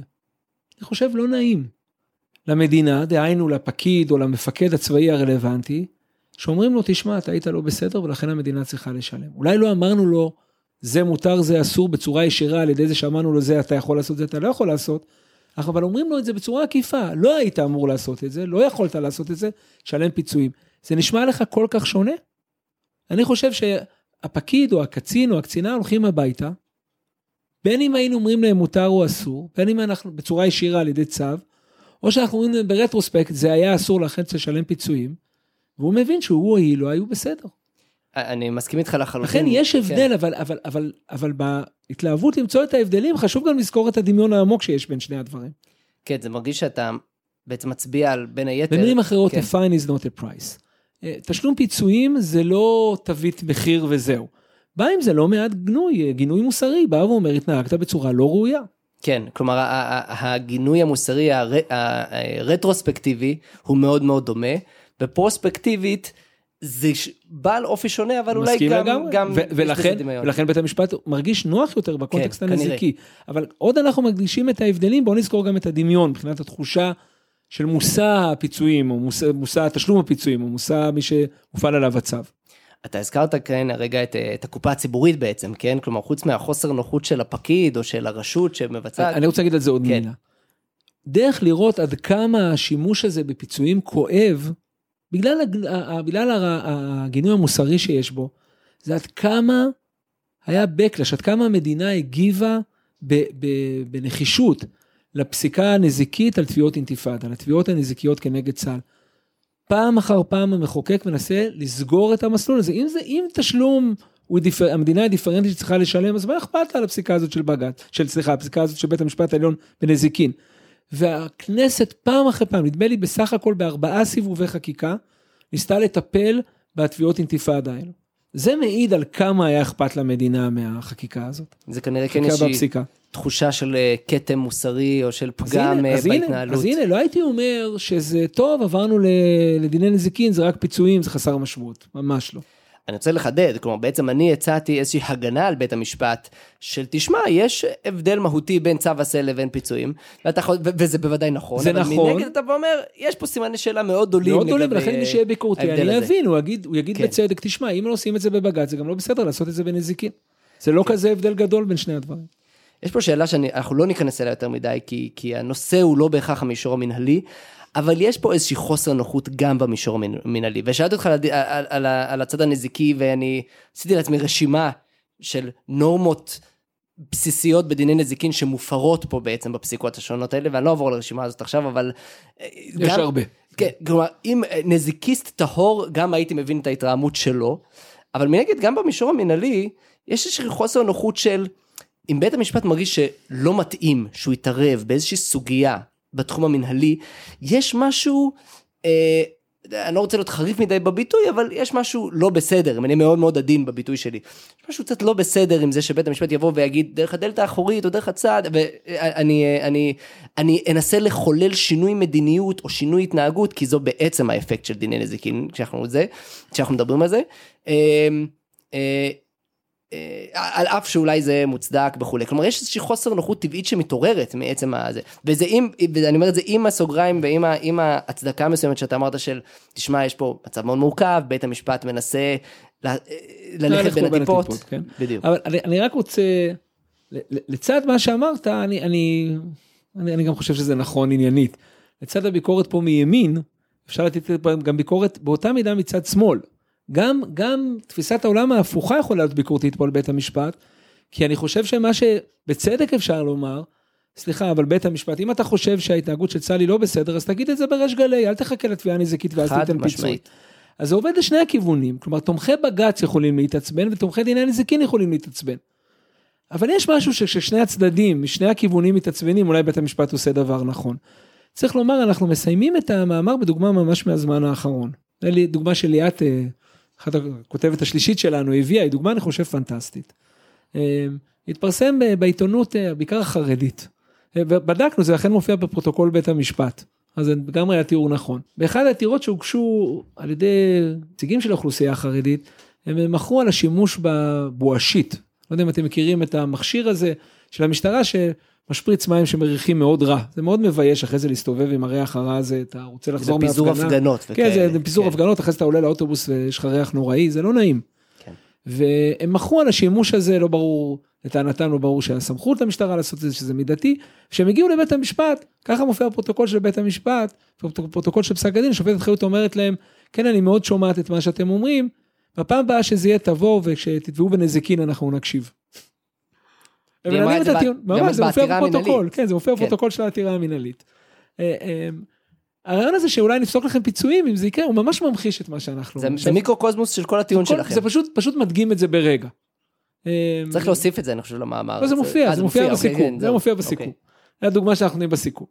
אני חושב, לא נעים למדינה, דהיינו לפקיד או למפקד הצבאי הרלוונטי, שאומרים לו, תשמע, אתה היית לא בסדר, ולכן המדינה צריכה לשלם. אולי לא אמרנו לו, זה מותר, זה אסור, בצורה ישירה, על ידי זה שאמרנו לו, זה אתה יכול לעשות, זה אתה לא יכול לעשות, אבל אומרים לו את זה בצורה עקיפה, לא היית אמור לעשות את זה, לא יכולת לעשות את זה, שלם פיצויים. זה נשמע לך כל כך שונה? אני חושב שהפקיד או הקצין או הקצינה הולכים הביתה, בין אם היינו אומרים להם מותר או אסור, בין אם אנחנו בצורה ישירה על ידי צו, או שאנחנו אומרים להם ברטרוספקט, זה היה אסור לכם לשלם פיצויים, והוא מבין שהוא או היא לא היו בסדר. אני מסכים איתך לחלוטין. לכן יש הבדל, כן. אבל, אבל, אבל, אבל בהתלהבות למצוא את ההבדלים, חשוב גם לזכור את הדמיון העמוק שיש בין שני הדברים. כן, זה מרגיש שאתה בעצם מצביע על בין היתר. במילים אחרות, כן. a fine is not a price. תשלום פיצויים זה לא תווית מחיר וזהו. בא אם זה לא מעט גנוי, גינוי מוסרי, בא ואומר, התנהגת בצורה לא ראויה. כן, כלומר, הגינוי המוסרי הרטרוספקטיבי הוא מאוד מאוד דומה, ופרוספקטיבית זה בעל אופי שונה, אבל אולי גם, גם ולכן, ולכן בית המשפט מרגיש נוח יותר בקונטקסט הנזיקי. אבל עוד אנחנו מקדישים את ההבדלים, בואו נזכור גם את הדמיון, מבחינת התחושה של מושא הפיצויים, או מושא, מושא תשלום הפיצויים, או מושא מי שהופעל עליו הצו. אתה הזכרת כאן הרגע את, את הקופה הציבורית בעצם, כן? כלומר, חוץ מהחוסר נוחות של הפקיד, או של הרשות שמבצעת. אני רוצה להגיד על זה עוד מילה. דרך לראות עד כמה השימוש הזה בפיצויים כואב, בגלל, בגלל הגינוי המוסרי שיש בו, זה עד כמה היה בקלש, עד כמה המדינה הגיבה בנחישות לפסיקה הנזיקית על תביעות אינתיפאדה, על התביעות הנזיקיות כנגד צה"ל. פעם אחר פעם המחוקק מנסה לסגור את המסלול הזה. אם זה, אם תשלום, דיפר, המדינה הדיפרנטית שצריכה לשלם, אז מה אכפת על הפסיקה הזאת של בג"ץ, של סליחה, הפסיקה הזאת של בית המשפט העליון בנזיקין. והכנסת פעם אחרי פעם, נדמה לי בסך הכל בארבעה סיבובי חקיקה, ניסתה לטפל בתביעות אינתיפאדה האלו. זה מעיד על כמה היה אכפת למדינה מהחקיקה הזאת. זה כנראה כן יש תחושה של קטם מוסרי, או של פגם בהתנהלות. אז הנה, לא הייתי אומר שזה טוב, עברנו לדיני נזיקין, זה רק פיצויים, זה חסר משמעות, ממש לא. אני רוצה לחדד, כלומר, בעצם אני הצעתי איזושהי הגנה על בית המשפט, של תשמע, יש הבדל מהותי בין צו עשה לבין פיצויים, וזה בוודאי נכון, זה אבל נכון. מנגד אתה אומר, יש פה סימני שאלה מאוד דולים, מאוד דולים, ולכן מי שיהיה ביקורתי, אני אבין, הוא יגיד, הוא יגיד כן. בצדק, תשמע, אם לא עושים את זה בבג"ץ, זה גם לא בסדר לעשות את זה בנזיקין. זה לא כן. כזה הבדל גדול בין שני הדברים. יש פה שאלה שאנחנו לא ניכנס אליה יותר מדי, כי, כי הנושא הוא לא בהכרח המישור המנהלי, אבל יש פה איזושהי חוסר נוחות גם במישור המנהלי, ושאלתי אותך על, על, על, על הצד הנזיקי, ואני עשיתי לעצמי רשימה של נורמות בסיסיות בדיני נזיקין, שמופרות פה בעצם בפסיקות השונות האלה, ואני לא אעבור לרשימה הזאת עכשיו, אבל... יש גם, הרבה. כן, כלומר, אם נזיקיסט טהור, גם הייתי מבין את ההתרעמות שלו, אבל מנגד גם במישור המנהלי, יש איזושהי חוסר נוחות של, אם בית המשפט מרגיש שלא מתאים, שהוא יתערב באיזושהי סוגיה בתחום המנהלי, יש משהו, אה, אני לא רוצה להיות חריף מדי בביטוי, אבל יש משהו לא בסדר, אני מאוד מאוד עדין בביטוי שלי, יש משהו קצת לא בסדר עם זה שבית המשפט יבוא ויגיד, דרך הדלת האחורית או דרך הצד, ואני אני, אני אנסה לחולל שינוי מדיניות או שינוי התנהגות, כי זו בעצם האפקט של דיני נזיקין, כשאנחנו, זה, כשאנחנו מדברים על זה, אה, אה, על אף שאולי זה מוצדק וכולי, כלומר יש איזושהי חוסר נוחות טבעית שמתעוררת מעצם הזה, וזה עם, ואני אומר את זה עם הסוגריים ועם עם ההצדקה מסוימת שאתה אמרת של, תשמע יש פה מצב מאוד מורכב, בית המשפט מנסה ללכת בין הטיפות, כן? בדיוק. אבל אני, אני רק רוצה, לצד מה שאמרת, אני, אני, אני, אני גם חושב שזה נכון עניינית, לצד הביקורת פה מימין, אפשר לתת גם ביקורת באותה מידה מצד שמאל, גם, גם תפיסת העולם ההפוכה יכולה להיות ביקורתית פה על בית המשפט, כי אני חושב שמה שבצדק אפשר לומר, סליחה, אבל בית המשפט, אם אתה חושב שההתנהגות של צה"ל היא לא בסדר, אז תגיד את זה בריש גלי, אל תחכה לתביעה נזיקית ואז תיתן פיצוי. אז זה עובד לשני הכיוונים, כלומר, תומכי בג"ץ יכולים להתעצבן, ותומכי דיני נזיקין יכולים להתעצבן. אבל יש משהו ששני הצדדים, משני הכיוונים מתעצבנים, אולי בית המשפט עושה דבר נכון. צריך לומר, אנחנו מסיימים את המאמר בדוגמה ממש מהזמן האחרון. זה לי דוגמה של ליאת, אחת הכותבת השלישית שלנו, הביאה, היא דוגמה אני חושב פנטסטית. התפרסם בעיתונות, בעיקר החרדית. ובדקנו, זה אכן מופיע בפרוטוקול בית המשפט. אז זה גם היה תיאור נכון. באחד העתירות שהוגשו על ידי נציגים של האוכלוסייה החרדית, הם מכרו על השימוש בבואשית. לא יודע אם אתם מכירים את המכשיר הזה של המשטרה שמשפריץ מים שמריחים מאוד רע. זה מאוד מבייש אחרי זה להסתובב עם הריח הרע הזה, אתה רוצה לחזור מהפגנה. זה פיזור הפגנות. כן, זה פיזור הפגנות, אחרי זה אתה עולה לאוטובוס ויש לך ריח נוראי, זה לא נעים. והם מכרו על השימוש הזה, לא ברור, לטענתם לא ברור שהסמכות למשטרה לעשות את זה, שזה מידתי, כשהם הגיעו לבית המשפט, ככה מופיע הפרוטוקול של בית המשפט, פרוטוקול של פסק הדין, שופטת חיות אומרת להם, כן, אני מאוד שומעת את מה שאתם אומרים, בפעם הבאה שזה יהיה תבוא, וכשתתבעו בנזיקין אנחנו נקשיב. זה מופיע בפרוטוקול, כן, זה מופיע בפרוטוקול של העתירה המנהלית. הרעיון הזה שאולי נפסוק לכם פיצויים, אם זה יקרה, הוא ממש ממחיש את מה שאנחנו... זה מיקרוקוסמוס של כל הטיעון שלכם. זה פשוט מדגים את זה ברגע. צריך להוסיף את זה, אני חושב, למאמר. לא, זה מופיע, זה מופיע בסיכום. זה מופיע בסיכום. זה הדוגמה שאנחנו נהיה בסיכום.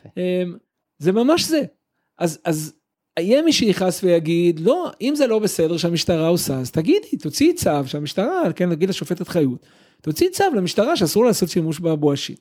זה ממש זה. אז יהיה מי שיחס ויגיד, לא, אם זה לא בסדר שהמשטרה עושה, אז תגידי, תוציאי צו שהמשטרה, כן, נגיד לשופטת חיות, תוציאי צו למשטרה שאסור לעשות שימוש בבואשית.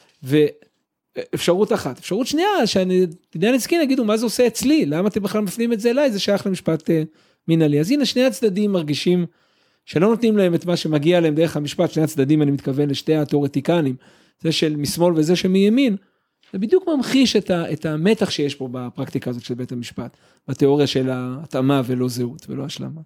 ואפשרות אחת. אפשרות שנייה, שאני, דיני נזיקין יגידו, מה זה עושה אצלי? למה אתם בכלל מפנים את זה אליי? זה שייך למשפט מנהלי. אז הנה, שני הצדדים מרגישים שלא נותנים להם את מה שמגיע להם דרך המשפט, שני הצדדים, אני מתכוון לשתי התיאורטיקנים, זה של משמאל וזה שמימין, זה בדיוק ממחיש את, ה, את המתח שיש פה בפרקטיקה הזאת של בית המשפט, בתיאוריה של ההתאמה ולא זהות ולא השלמה.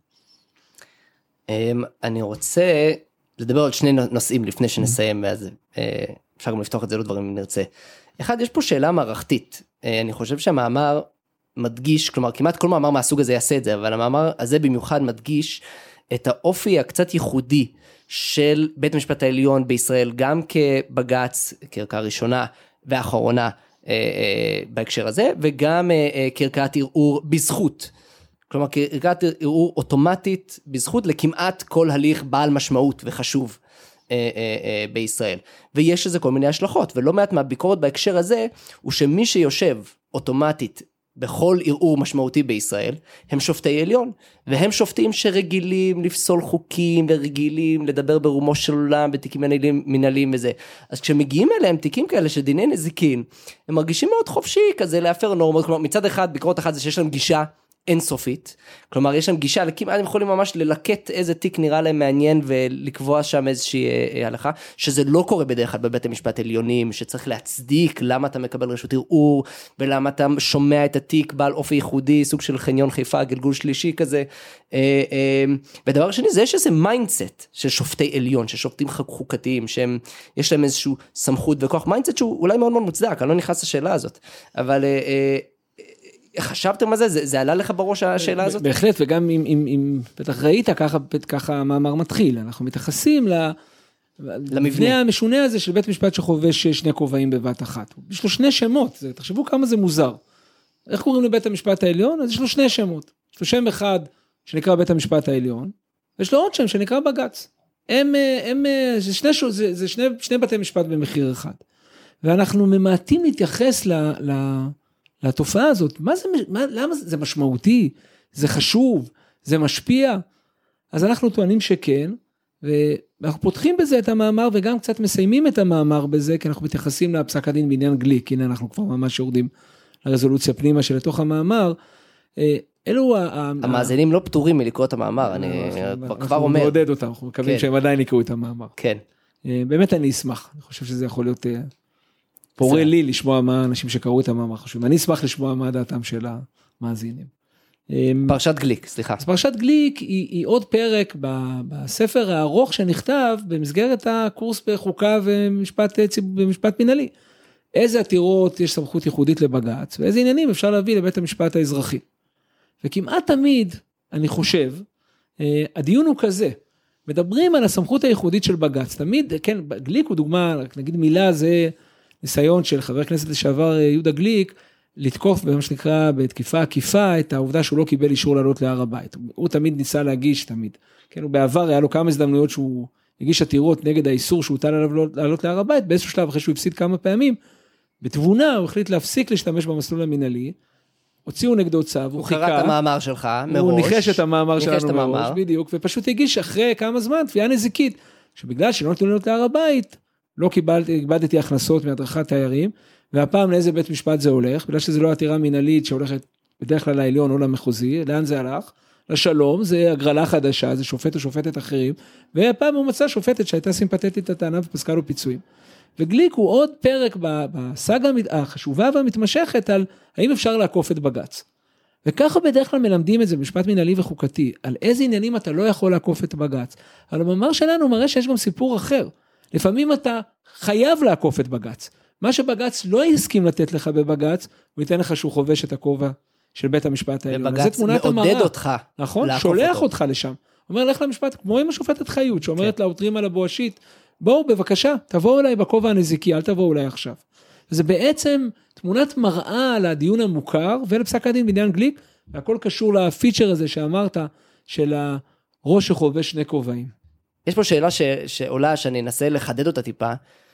אני רוצה לדבר על שני נושאים לפני שנסיים, ואז אפשר גם לפתוח את זה לדברים אם נרצה. אחד, יש פה שאלה מערכתית, אני חושב שהמאמר מדגיש, כלומר כמעט כל מאמר מהסוג הזה יעשה את זה, אבל המאמר הזה במיוחד מדגיש את האופי הקצת ייחודי של בית המשפט העליון בישראל, גם כבג"ץ, כערכאה ראשונה ואחרונה אה, אה, בהקשר הזה, וגם אה, אה, כערכאת ערעור בזכות. כלומר, כערכאת ערעור אוטומטית בזכות לכמעט כל הליך בעל משמעות וחשוב אה, אה, אה, בישראל. ויש לזה כל מיני השלכות, ולא מעט מהביקורת בהקשר הזה, הוא שמי שיושב אוטומטית בכל ערעור משמעותי בישראל, הם שופטי עליון, והם שופטים שרגילים לפסול חוקים, ורגילים לדבר ברומו של עולם, בתיקים מנהלים, מנהלים וזה. אז כשמגיעים אליהם תיקים כאלה של דיני נזיקין, הם מרגישים מאוד חופשי, כזה להפר נורמות, כלומר מצד אחד, ביקורת אחת זה שיש להם גישה אינסופית, כלומר יש להם גישה, לכמעט הם יכולים ממש ללקט איזה תיק נראה להם מעניין, ולקבוע שם איזושהי הלכה, שזה לא קורה בדרך כלל בבית המשפט עליונים, שצריך להצדיק למה אתה מקבל רשות ערעור, ולמה אתה שומע את התיק בעל אופי ייחודי, סוג של חניון חיפה, גלגול שלישי כזה, ודבר שני זה יש איזה מיינדסט של שופטי עליון, של שופטים חוקתיים, שהם, יש להם איזשהו סמכות וכוח, מיינדסט שהוא אולי מאוד מאוד מוצדק, אני לא נכנס לשאלה הזאת, אבל חשבתם על זה? זה, זה עלה לך בראש השאלה הזאת? בהחלט, וגם אם, אם, אם בטח ראית, ככה, ככה המאמר מתחיל, אנחנו מתייחסים למבנה המשונה הזה של בית משפט שחובש שני כובעים בבת אחת. יש לו שני שמות, זה, תחשבו כמה זה מוזר. איך קוראים לבית המשפט העליון? אז יש לו שני שמות. יש לו שם אחד שנקרא בית המשפט העליון, יש לו עוד שם שנקרא בג"ץ. הם, הם, זה שני, זה, זה שני, שני בתי משפט במחיר אחד. ואנחנו ממעטים להתייחס ל, ל, לתופעה הזאת. מה זה, מה, למה זה, זה משמעותי? זה חשוב? זה משפיע? אז אנחנו טוענים שכן, ואנחנו פותחים בזה את המאמר, וגם קצת מסיימים את המאמר בזה, כי אנחנו מתייחסים לפסק הדין בעניין גליק, הנה אנחנו כבר ממש יורדים לרזולוציה פנימה שלתוך המאמר, אלו המאזינים לא פטורים מלקרוא את המאמר, אני כבר אומר. אנחנו נעודד אותם, אנחנו מקווים שהם עדיין יקראו את המאמר. כן. באמת אני אשמח, אני חושב שזה יכול להיות פורה לי לשמוע מה האנשים שקראו את המאמר חושבים, אני אשמח לשמוע מה דעתם של המאזינים. פרשת גליק, סליחה. אז פרשת גליק היא, היא עוד פרק בספר הארוך שנכתב במסגרת הקורס בחוקה ומשפט, ומשפט מנהלי. איזה עתירות יש סמכות ייחודית לבג"ץ, ואיזה עניינים אפשר להביא לבית המשפט האזרחי. וכמעט תמיד, אני חושב, הדיון הוא כזה, מדברים על הסמכות הייחודית של בג"ץ, תמיד, כן, גליק הוא דוגמה, נגיד מילה, זה ניסיון של חבר הכנסת לשעבר יהודה גליק, לתקוף במה שנקרא בתקיפה עקיפה, את העובדה שהוא לא קיבל אישור לעלות להר הבית. הוא תמיד ניסה להגיש, תמיד. כן, הוא בעבר היה לו כמה הזדמנויות שהוא הגיש עתירות נגד האיסור שהוטל עליו לעלות להר הבית, באיזשהו שלב אחרי שהוא הפסיד כמה פעמים, בתבונה הוא החליט להפסיק להשתמש במסלול המנהלי, הוציאו נגדו צו, הוא, הוא חיכה. הוא קרא את המאמר שלך מראש. הוא ניחש את המאמר שלנו מראש, בדיוק, ופשוט הגיש אחרי כמה זמן תביעה נזיקית, שבגלל שלא נתנו לעלות להר הבית, לא קיבלתי, איבדתי הכנסות מהדרכת תיירים, והפעם לאיזה בית משפט זה הולך, בגלל שזה לא עתירה מנהלית שהולכת בדרך כלל לעליון או למחוזי, לאן זה הלך? לשלום, זה הגרלה חדשה, זה שופט או שופטת אחרים, והפעם הוא מצא שופטת שהייתה סימפתטית הטענה ופסקה לו פיצויים. וגליק הוא עוד פרק בסאגה החשובה והמתמשכת על האם אפשר לעקוף את בג"ץ. וככה בדרך כלל מלמדים את זה במשפט מנהלי וחוקתי, על איזה עניינים אתה לא יכול לעקוף את בג"ץ. אבל המאמר שלנו מראה שיש גם סיפור אחר. לפעמים אתה חייב לעקוף את בג"ץ. מה שבג"ץ לא יסכים לתת לך בבג"ץ, הוא ייתן לך שהוא חובש את הכובע של בית המשפט העליון. ובג"ץ מעודד אותך. נכון, שולח אותך לשם. אומר, לך למשפט, כמו עם השופטת חיות, שאומרת לעותרים על הבואשית, בואו בבקשה, תבואו אליי בכובע הנזיקי, אל תבואו אליי עכשיו. זה בעצם תמונת מראה על הדיון המוכר, ולפסק הדין בעניין גליק, והכל קשור לפיצ'ר הזה שאמרת, של הראש שחובש שני כובעים. יש פה שאלה ש... שעולה, שאני אנסה לחדד אותה טיפה,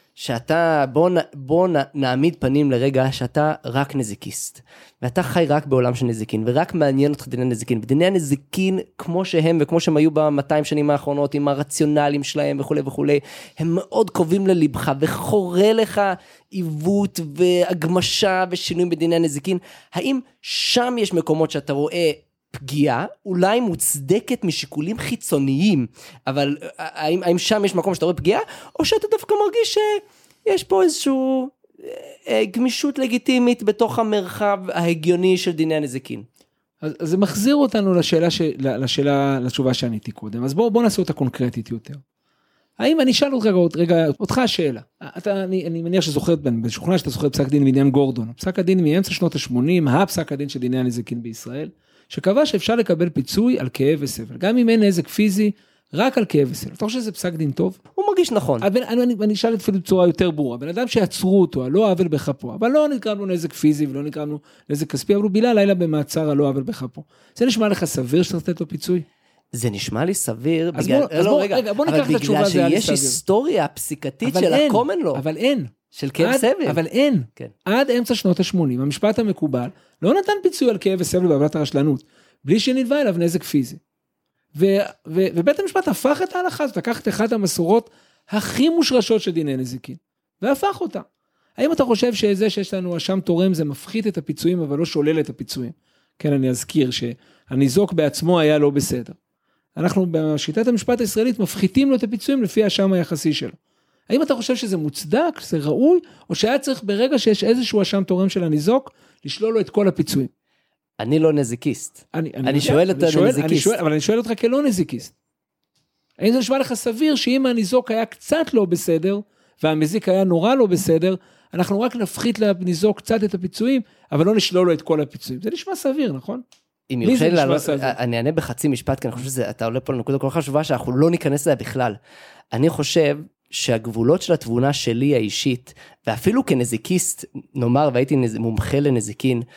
שאתה, בוא, בוא נעמיד פנים לרגע, שאתה רק נזיקיסט, ואתה חי רק בעולם של נזיקין, ורק מעניין אותך דיני הנזיקין, ודיני הנזיקין, כמו שהם, וכמו שהם היו ב-מאתיים שנים האחרונות, עם הרציונלים שלהם וכו' וכו', הם מאוד קרובים ללבך, וחורה לך עיוות, והגמשה, ושינויים בדיני הנזיקין. האם שם יש מקומות שאתה רואה פגיעה, אולי מוצדקת משיקולים חיצוניים, אבל האם, האם שם יש מקום שאתה רואה פגיעה, או שאתה דווקא מרגיש שיש פה איזשהו גמישות לגיטימית בתוך המרחב ההגיוני של דיני הנזיקין? אז, אז זה מחזיר אותנו לשאלה, ש, לשאלה, לתשובה שעניתי קודם, אז בואו בוא נעשה אותה קונקרטית יותר. האם אני אשאל אותך רגע, רגע אותך השאלה, אתה, אני, אני מניח שזוכרת, בשוכנע שאתה זוכר פסק דין בעניין גורדון, פסק הדין מאמצע שנות ה-שמונים, הפסק הדין של דיני הנזיקין בישראל, שקבע שאפשר לקבל פיצוי על כאב וסבל, גם אם אין נזק פיזי, רק על כאב וסבל. אתה חושב שזה פסק דין טוב? הוא מרגיש נכון. אני, אני, אני אשאל אפילו בצורה יותר ברורה, בן אדם שיעצרו אותו, לא עוול בכפו, אבל לא נקרא לו נזק פיזי, ולא נקרא לו נזק כספי, אבל הוא בילה לילה במעצר על לא עוול בכפו. זה נשמע לך סביר שצריך לתת לו פיצוי? זה נשמע לי סביר, אז בגלל, בוא, אז לא, בוא, רגע, רגע, בוא אבל ניקח את התשובה, בגלל שיש היסטוריה פסיקתית של הקומן לו. אבל אין. של כאב סבל. אבל אין. כן. עד אמצע שנות ה-שמונים, המשפט המקובל, לא נתן פיצוי על כאב וסבל בעוולת הרשלנות, בלי שנלווה אליו נזק פיזי. ו, ו, ובית המשפט הפך את ההלכה, זאת לקח את אחת המסורות הכי מושרשות של דיני נזיקין, והפך אותה. האם אתה חושב שזה שיש לנו אשם תורם, זה מפחית את הפיצויים, אבל לא שולל את הפיצויים? כן, אני אזכיר שהניזוק בעצמו היה לא בסדר. אנחנו בשיטת המשפט הישראלית מפחיתים לו את הפיצויים לפי האשם היחסי שלו. האם אתה חושב שזה מוצדק, זה ראוי, או שהיה צריך ברגע שיש איזשהו אשם תורם של הניזוק, לשלול לו את כל הפיצויים? אני לא נזיקיסט. אני, אני, אני יודע, שואל את הנזיקיסט. אבל אני שואל אותך כלא נזיקיסט. האם זה נשמע לך סביר שאם הניזוק היה קצת לא בסדר, והמזיק היה נורא לא בסדר, אנחנו רק נפחית לניזוק קצת את הפיצויים, אבל לא נשלול לו את כל הפיצויים. זה נשמע סביר, נכון? אם יורשה לי לעלות, אני אענה בחצי משפט, כי אני חושב שאתה עולה פה לנקודה כל כך חשובה, שאנחנו לא ניכנס אליה בכלל. אני חושב שהגבולות של התבונה שלי האישית, ואפילו כנזיקיסט, נאמר, והייתי מומחה לנזיקין,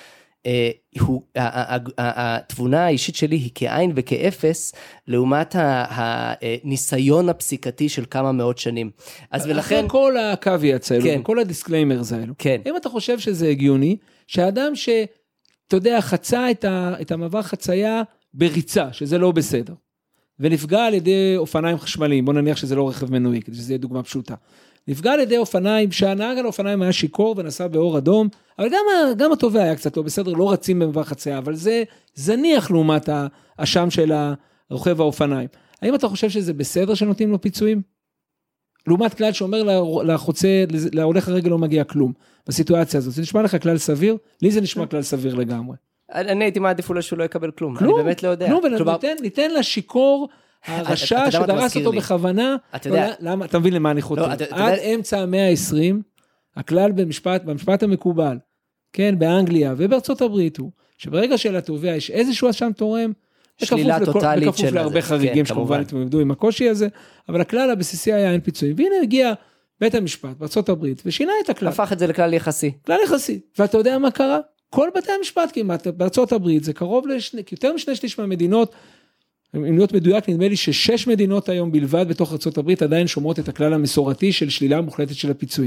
התבונה האישית שלי היא כעין וכאפס, לעומת הניסיון הפסיקתי של כמה מאות שנים. אז ולכן... אחרי כל הקוויאטס האלו, כל הדיסקליימרס האלו, אם אתה חושב שזה הגיוני, שהאדם ש, אתה יודע, חצה את המעבר חצייה בריצה, שזה לא בסדר, ונפגע על ידי אופניים חשמליים, בוא נניח שזה לא רכב מנועי, כדי שזה יהיה דוגמה פשוטה, נפגע על ידי אופניים, שהנהג על האופניים היה שיקור ונסע באור אדום, אבל גם, גם הטובה היה קצת לא בסדר, לא רצים במעבר חצייה, אבל זה זניח לעומת האשם של הרוכב האופניים. האם אתה חושב שזה בסדר שנותנים לו פיצויים? לעומת כלל שאומר לחוצה, להולך הרגל לא מגיע כלום, בסיטואציה הזאת. זה נשמע לך כלל סביר? לי זה נשמע כלל סביר לגמרי. אני הייתי מעדיף אולי שהוא לא יקבל כלום, כלום, אני באמת לא יודע. כלום, וניתן לשיקור הרשע שדרס אותו בכוונה, למה, אתה מבין למה אני חותר? עד אמצע המאה ה-עשרים, הכלל במשפט, במשפט המקובל, כן, באנגליה ובארצות הברית הוא, שברגע של התובע יש איזשהו אשם תורם, שלילה טוטלית בכפוף להרבה חריגים שכמובן התמודדו עם הקושי הזה, אבל הכלל הבסיסי היה אין פיצויים, והנה הגיע בית המשפט בארצות הברית, ושינה את הכלל. הפך את זה לכלל יחסי. כלל יחסי, ואתה יודע מה קרה? כל בתי המשפט כמעט, בארצות הברית, זה קרוב ליותר משני שליש מהמדינות, אם להיות מדויק, נדמה לי ששש מדינות היום בלבד בתוך ארצות הברית עדיין שומרות את הכלל המסורתי של שלילה מוחלטת של הפיצויים.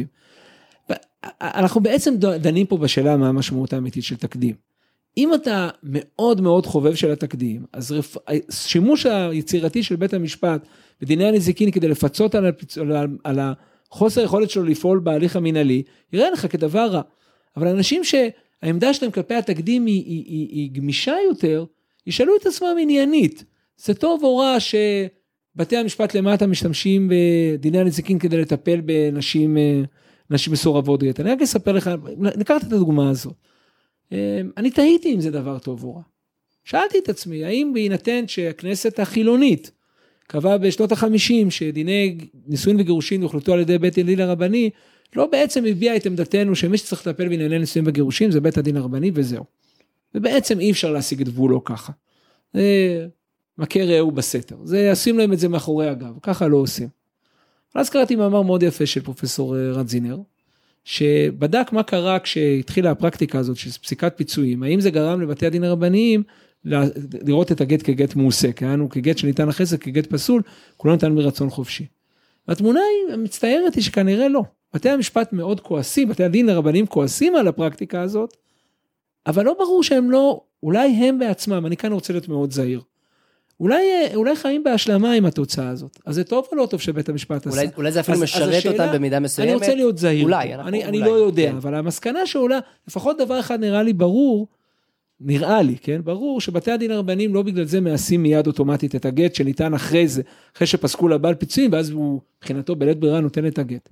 אנחנו בעצם דנים פה בשאלה מה המשמעות האמיתית של תקדים. אם אתה מאוד מאוד חובב של התקדים, אז שימוש היצירתי של בית המשפט בדיני הנזיקין כדי לפצות על, על, על החוסר יכולת שלו לפעול בהליך המינהלי, יראה לך כדבר רע. אבל אנשים שהעמדה שלהם כלפי התקדים היא, היא, היא, היא גמישה יותר, ישאלו את עצמם עניינית. זה טוב או רע שבתי המשפט למטה משתמשים בדיני הנזיקין כדי לטפל בנשים נשים מסורבות גט. אני רק אספר לך, נקראת את הדוגמה הזאת. אני תהיתי אם זה דבר טוב או רע. שאלתי את עצמי, האם בהינתן שהכנסת החילונית קבעה בשנות החמישים שדיני נישואין וגירושין יוחלטו על ידי בית הדין הרבני, לא בעצם הביאה את עמדתנו שמי שצריך לטפל בענייני נישואין וגירושין זה בית הדין הרבני וזהו. ובעצם אי אפשר להשיג את גבולו ככה. זה מכה רעהו בסתר. זה עושים להם את זה מאחורי הגב, ככה לא עושים. אז קראתי מאמר מאוד יפה של פרופסור רדזינר, שבדק מה קרה כשהתחילה הפרקטיקה הזאת של פסיקת פיצויים, האם זה גרם לבתי הדין הרבניים לראות את הגט כגט מעושה, כהנו כגט שניתן אחרי זה כגט פסול, כולו ניתן מרצון חופשי. והתמונה היא, המצטיירת היא שכנראה לא. בתי המשפט מאוד כועסים, בתי הדין הרבניים כועסים על הפרקטיקה הזאת, אבל לא ברור שהם לא, אולי הם בעצמם, אני כאן רוצה להיות מאוד זהיר, אולי, אולי חיים בהשלמה עם התוצאה הזאת. אז זה טוב או לא טוב שבית המשפט עשה? אולי, אולי זה אפילו אז, משרת אז השאלה, אותם במידה מסוימת. אני רוצה להיות זהיר. אולי. אני, אולי, אני לא יודע, כן. אבל המסקנה שעולה, לפחות דבר אחד נראה לי ברור, נראה לי, כן? ברור שבתי הדין הרבניים לא בגלל זה מעשים מיד אוטומטית את הגט, שניתן אחרי זה, אחרי שפסקו לבעל פיצויים, ואז הוא, מבחינתו, בלית ברירה נותן את הגט.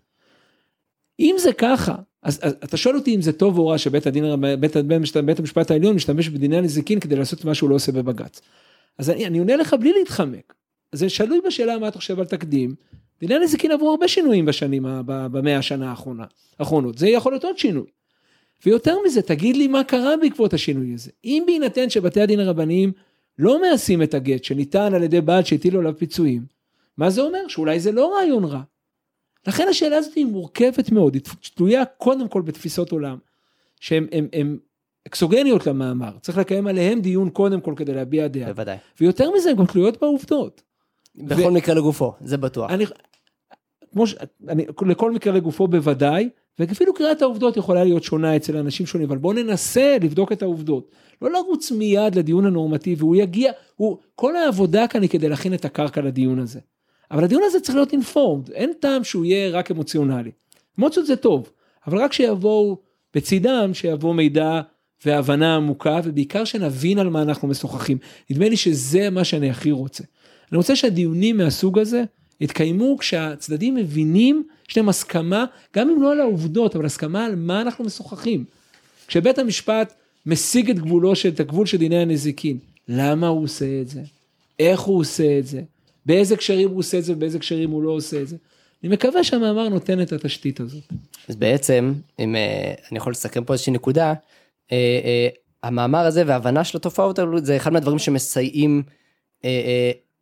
אם זה ככה, אז, אז אתה שואל אותי אם זה טוב או רע שבית הדין, בית, בית, בית המשפט העליון משתמש בדיני הנזיקין כדי לעשות מה שהוא לא עושה בבג"ץ. אז אני, אני עונה לך בלי להתחמק. אז זה שלוי בשאלה מה אתה חושב על תקדים. דיני הנזיקין עברו הרבה שינויים בשנים, במאה השנה האחרונה, האחרונות. זה יכול להיות עוד שינוי. ויותר מזה, תגיד לי מה קרה בעקבות השינוי הזה. אם בהינתן שבתי הדין הרבניים לא מעשים את הגט שניתן על ידי בעל שהטילו עליו פיצויים, מה זה אומר? שאולי זה לא רעיון רע. לכן השאלה הזאת היא מורכבת מאוד, היא תלויה קודם כל בתפיסות עולם, שהן הם, הם אקסוגניות למאמר, צריך לקיים עליהם דיון קודם כל כדי להביע דעה. בוודאי. ויותר מזה, הן גם תלויות בעובדות. בכל ו... מקרה לגופו, זה בטוח. אני, כמו ש... אני, לכל מקרה לגופו בוודאי, ואפילו קריאת העובדות יכולה להיות שונה אצל אנשים שונים, אבל בואו ננסה לבדוק את העובדות. לא לרוץ מיד לדיון הנורמטיבי, הוא יגיע, הוא, כל העבודה כאן היא כדי להכין את הקרקע לדיון הזה. אבל הדיון הזה צריך להיות אינפורמד, אין טעם שהוא יהיה רק אמוציונלי. אמוציות זה טוב, אבל רק שיבואו בצידם, שיבוא מידע והבנה עמוקה, ובעיקר שנבין על מה אנחנו משוחחים. נדמה לי שזה מה שאני הכי רוצה. אני רוצה שהדיונים מהסוג הזה יתקיימו כשהצדדים מבינים, יש להם הסכמה, גם אם לא על העובדות, אבל הסכמה על מה אנחנו משוחחים. כשבית המשפט משיג את גבולו, את הגבול של דיני הנזיקין, למה הוא עושה את זה? איך הוא עושה את זה? באיזה קשרים הוא עושה את זה, ובאיזה קשרים הוא לא עושה את זה. אני מקווה שהמאמר נותן את התשתית הזאת. אז בעצם, אם אני יכול לסכם פה איזושהי נקודה, המאמר הזה וההבנה של התופעות, זה אחד מהדברים שמסייעים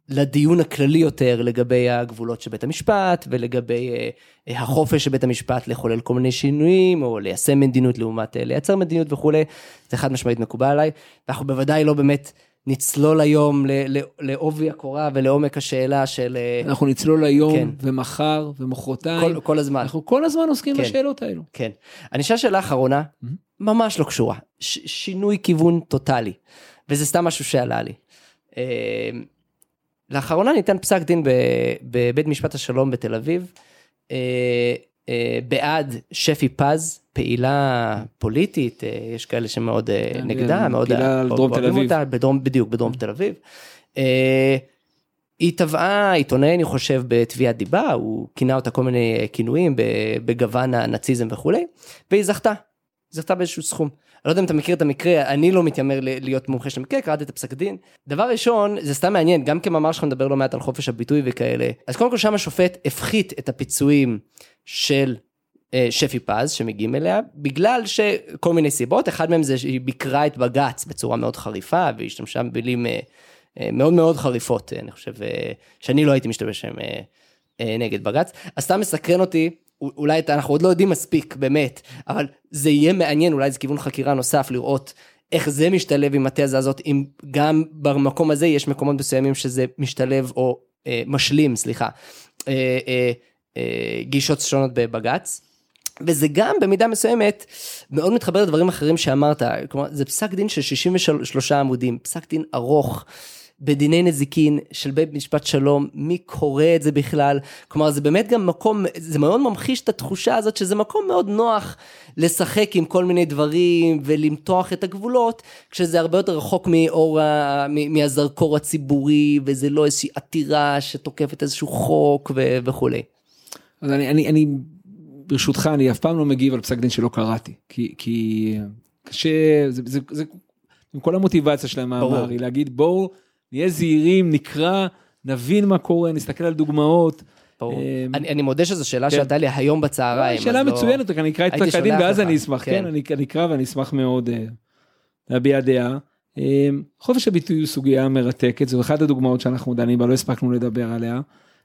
לדיון הכללי יותר לגבי הגבולות של בית המשפט, ולגבי uh, החופש של בית המשפט לחולל כל מיני שינויים, או ליישם מדיניות לעומת, uh, לייצר מדיניות וכו'. זה חד משמעית מקובל עליי, ואנחנו בוודאי לא באמת נצלול היום לעובי הקורה ולעומק השאלה של... אנחנו נצלול היום כן. ומחר ומחרתיים. כל, כל הזמן. אנחנו כל הזמן עוסקים כן. בשאלות האלו. כן. אני אשאל שאלה האחרונה, mm-hmm. ממש לא קשורה. ש- שינוי כיוון טוטלי. וזה סתם משהו שעלה לי. אה, לאחרונה ניתן פסק דין בבית משפט השלום בתל אביב, אה, אה, בעד שפי פז, פעילה פוליטית, אה, יש כאלה שמאוד אה, נגדה, מאוד פעילה על דרום תל אביב. אותה, בדרום, בדיוק, בדרום תל אביב. אה, היא טבעה, עיתונאי, אני חושב, בתביעת דיבה, הוא כינה אותה כל מיני כינויים, בגוון הנאציזם וכו', והיא זכתה, זכתה באיזשהו סכום. אני לא יודע אם אתה מכיר את המקרה, אני לא מתיימר להיות מומחה של המקרה, קראתי את הפסק דין. דבר ראשון, זה סתם מעניין, גם כמאמר שלך מדבר לא מעט על חופש הביטוי וכאלה. אז קודם כל שם השופט הפחית את הפיצויים של אה, שפי פז שמגיעים אליה, בגלל שכל מיני סיבות, אחד מהם זה שהיא ביקרה את בג"ץ בצורה מאוד חריפה, והשתמשה במילים אה, אה, מאוד מאוד חריפות, אני חושב אה, שאני לא הייתי משתמש שהם אה, אה, נגד בג"ץ. אז סתם מסקרן אותי, אולי אנחנו עוד לא יודעים מספיק, באמת, אבל זה יהיה מעניין, אולי זה כיוון חקירה נוסף, לראות איך זה משתלב עם התזה הזאת, אם גם במקום הזה יש מקומות מסוימים שזה משתלב, או אה, משלים, סליחה, אה, אה, אה, גישות שונות בבג"ץ, וזה גם במידה מסוימת, מאוד מתחבר לדברים אחרים שאמרת, כלומר, זה פסק דין של שישים ושלושה עמודים, פסק דין ארוך, בדיני נזיקין של בית משפט שלום, מי קורא את זה בכלל? כלומר, זה באמת גם מקום, זה מאוד ממחיש את התחושה הזאת, שזה מקום מאוד נוח לשחק עם כל מיני דברים, ולמתוח את הגבולות, כשזה הרבה יותר רחוק מאור, מהזרקור הציבורי, וזה לא איזושהי עתירה שתוקפת איזשהו חוק ו- וכו'. אז אני, אני, אני, ברשותך, אני אף פעם לא מגיב על פסק דין שלא קראתי, כי, כי קשה, זה, זה, זה, עם כל המוטיבציה של המאמר, היא להגיד, בואו, נהיה זהירים, נקרא, נבין מה קורה, נסתכל על דוגמאות. אני מודה שזו שאלה שעלתה לי היום בצהריים. שאלה מצוינת, אני אקרא את פסק הדין ואז אני אשמח, כן, אני אקרא ואני אשמח מאוד להביע דעה. חופש הביטוי הוא סוגיה מרתקת, זו אחת הדוגמאות שאנחנו דנים בה, לא הספקנו לדבר עליה.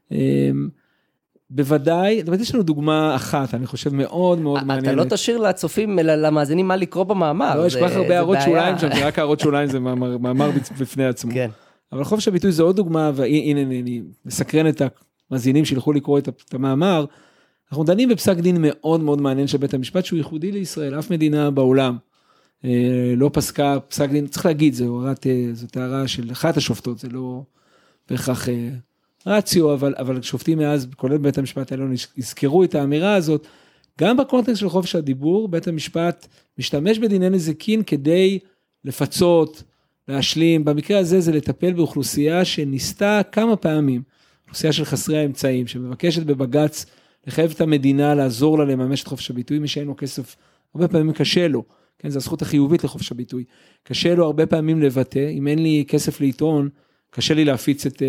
בוודאי, יש לנו דוגמה אחת, אני חושב מאוד מאוד מעניינת. אתה לא תשאיר לצופים, למאזינים מה לקרוא במאמר. לא, יש כל כך הרבה הערות שוליים שם, זה רק הערות שוליים, זה מאמר בפני עצמו. כן. אבל חופש הביטוי זה עוד דוגמה, והנה אני מסקרן את המאזינים שילכו לקרוא את המאמר, אנחנו דנים בפסק דין מאוד מאוד מעניין של בית המשפט, שהוא ייחודי לישראל, אף מדינה בעולם לא פסקה פסק דין, צריך להגיד, זאת הערה של אחת השופטות, זה לא בהכרח רציו, אבל, אבל שופטים מאז, כולל בית המשפט העליון, הזכרו את האמירה הזאת, גם בקונטקסט של חופש הדיבור, בית המשפט משתמש בדיני נזיקין כדי לפצות, להשלים, במקרה הזה זה לטפל באוכלוסייה שניסתה כמה פעמים, אוכלוסייה של חסרי האמצעים, שמבקשת בבג"ץ לחייב את המדינה לעזור לה לממש את חופש הביטוי, מי שאין לו כסף, הרבה פעמים קשה לו, כן, זו הזכות החיובית לחופש הביטוי, קשה לו הרבה פעמים לבטא, אם אין לי כסף לעיתון, קשה לי להפיץ את,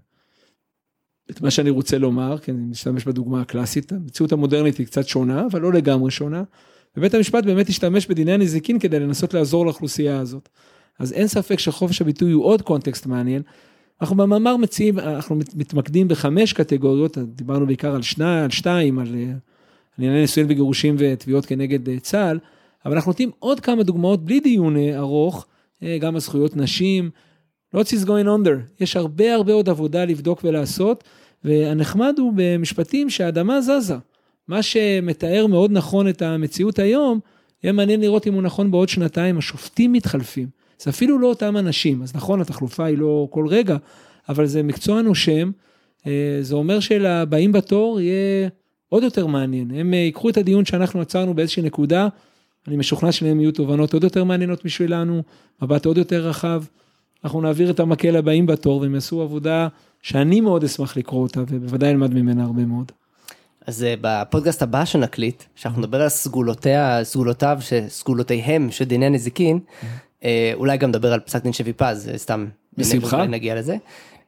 את מה שאני רוצה לומר, כן, אני משתמש בדוגמה הקלאסית, המציאות המודרנית היא קצת שונה, אבל לא לגמרי שונה, ובית המשפט באמת השתמש בדיני הנזיקין כדי לנסות לעזור לאוכלוסייה הזאת. אז אין ספק שחופש הביטוי הוא עוד קונטקסט מעניין. אנחנו במאמר מציעים, אנחנו מתמקדים בחמש קטגוריות, דיברנו בעיקר על שני, על שתיים, על ענייני נישואין וגירושים ותביעות כנגד צה"ל, אבל אנחנו נותנים עוד כמה דוגמאות בלי דיון ארוך, גם על זכויות נשים, lots is going on there. יש הרבה הרבה עוד עבודה לבדוק ולעשות, והנחמד הוא במשפטים שהאדמה זזה. מה שמתאר מאוד נכון את המציאות היום, יהיה מעניין לראות אם הוא נכון בעוד שנתיים, השופטים מתחלפים. זה אפילו לא אותם אנשים, אז נכון, התחלופה היא לא כל רגע, אבל זה מקצוע נושם, זה אומר שלבאים בתור יהיה עוד יותר מעניין, הם ייקחו את הדיון שאנחנו עצרנו באיזושהי נקודה, אני משוכנע שלהם יהיו תובנות עוד יותר מעניינות בשבילנו, מבט עוד יותר רחב, אנחנו נעביר את המקל לבאים בתור, והם יעשו עבודה שאני מאוד אשמח לקרוא אותה, ובוודאי אלמד ממנה הרבה מאוד. אז בפודקאסט הבא שנקליט, שאנחנו נדבר על סגולותיה, סגולותיו, סגולותיהם של דיני נזיקין, אולי גם נדבר על פסק דין שפי פז, סתם. בשמחה. נגיע לזה.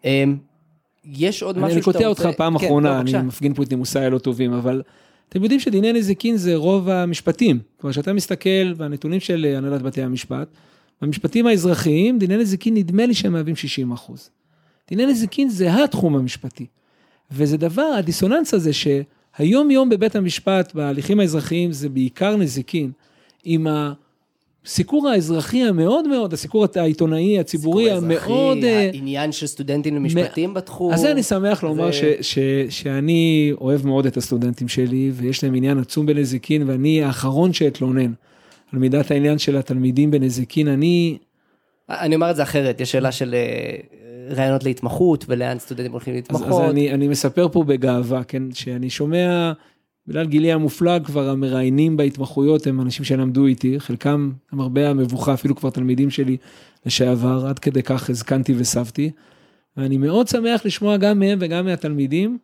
יש עוד משהו שאתה רוצה... אני קוטע אותך פעם אחרונה, אני מפגין פה את נימוסי הלא טובים, אבל אתם יודעים שדיני נזיקין זה רוב המשפטים. כלומר, שאתה מסתכל, והנתונים של הנהלת בתי המשפט, במשפטים האזרחיים, דיני נזיקין נדמה לי שהם מהווים שישים אחוז. דיני נזיקין זה התחום המשפטי. וזה דבר, הדיסוננס הזה שהיום יום בבית המשפט, בהליכים האזרחיים, זה בעיקר נזיקין, עם הסיקור האזרחי המאוד מאוד, הסיקור העיתונאי, הציבורי המאוד... העניין של סטודנטים למשפטים בתחום. אז אני שמח לומר ש, ש, שאני אוהב מאוד את הסטודנטים שלי, ויש להם עניין עצום בנזיקין, ואני האחרון שאתלונן על מידת העניין של התלמידים בנזיקין. אני... אני אומר את זה אחרת, יש שאלה של רעיונות להתמחות, ולאן סטודנטים הולכים להתמחות. אז, אז אני, אני מספר פה בגאווה, כן, שאני שומע... בגלל גילי המופלג, כבר המראיינים בהתמחויות הם אנשים שלמדו איתי, חלקם הם הרבה המבוכה, אפילו כבר תלמידים שלי לשעבר, עד כדי כך הזקנתי וסבתי, ואני מאוד שמח לשמוע גם מהם וגם מהתלמידים,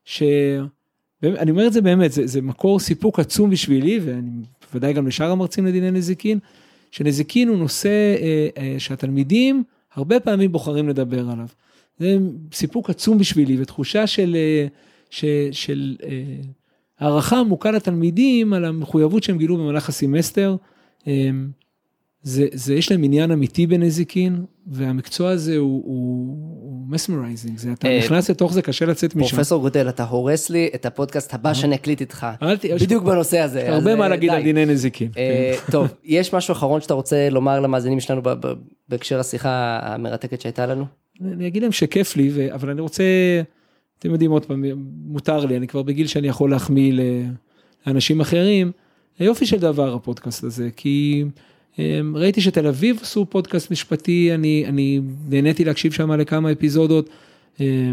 שאני אומר את זה באמת, זה, זה מקור סיפוק עצום בשבילי, ואני בוודאי גם לשאר המרצים לדיני נזיקין, שנזיקין הוא נושא אה, אה, שהתלמידים הרבה פעמים בוחרים לדבר עליו. זה סיפוק עצום בשבילי, ותחושה של... אה, ש, של אה, הערכה עמוקה לתלמידים על המחויבות שהם גילו במהלך הסמסטר, זה, זה יש להם עניין אמיתי בנזיקין, והמקצוע הזה הוא, הוא, הוא מסמרייזינג, זה, אתה נכנס לתוך זה, קשה לצאת משם. פרופסור גוטל, אתה הורס לי את הפודקאסט הבא שאני אקליט איתך, בדיוק בנושא הזה. הרבה מה להגיד על דיני נזיקין. טוב, יש משהו אחרון שאתה רוצה לומר למאזינים שלנו, בהקשר השיחה המרתקת שהייתה לנו? אני אגיד להם שכיף לי, אבל אני רוצה... אתם יודעים עוד פעם, מותר לי, אני כבר בגיל שאני יכול להחמיא לאנשים אחרים, היופי של דבר הפודקאסט הזה, כי ראיתי שתל אביב עשו פודקאסט משפטי, אני, אני נהניתי להקשיב שם לכמה אפיזודות, אני,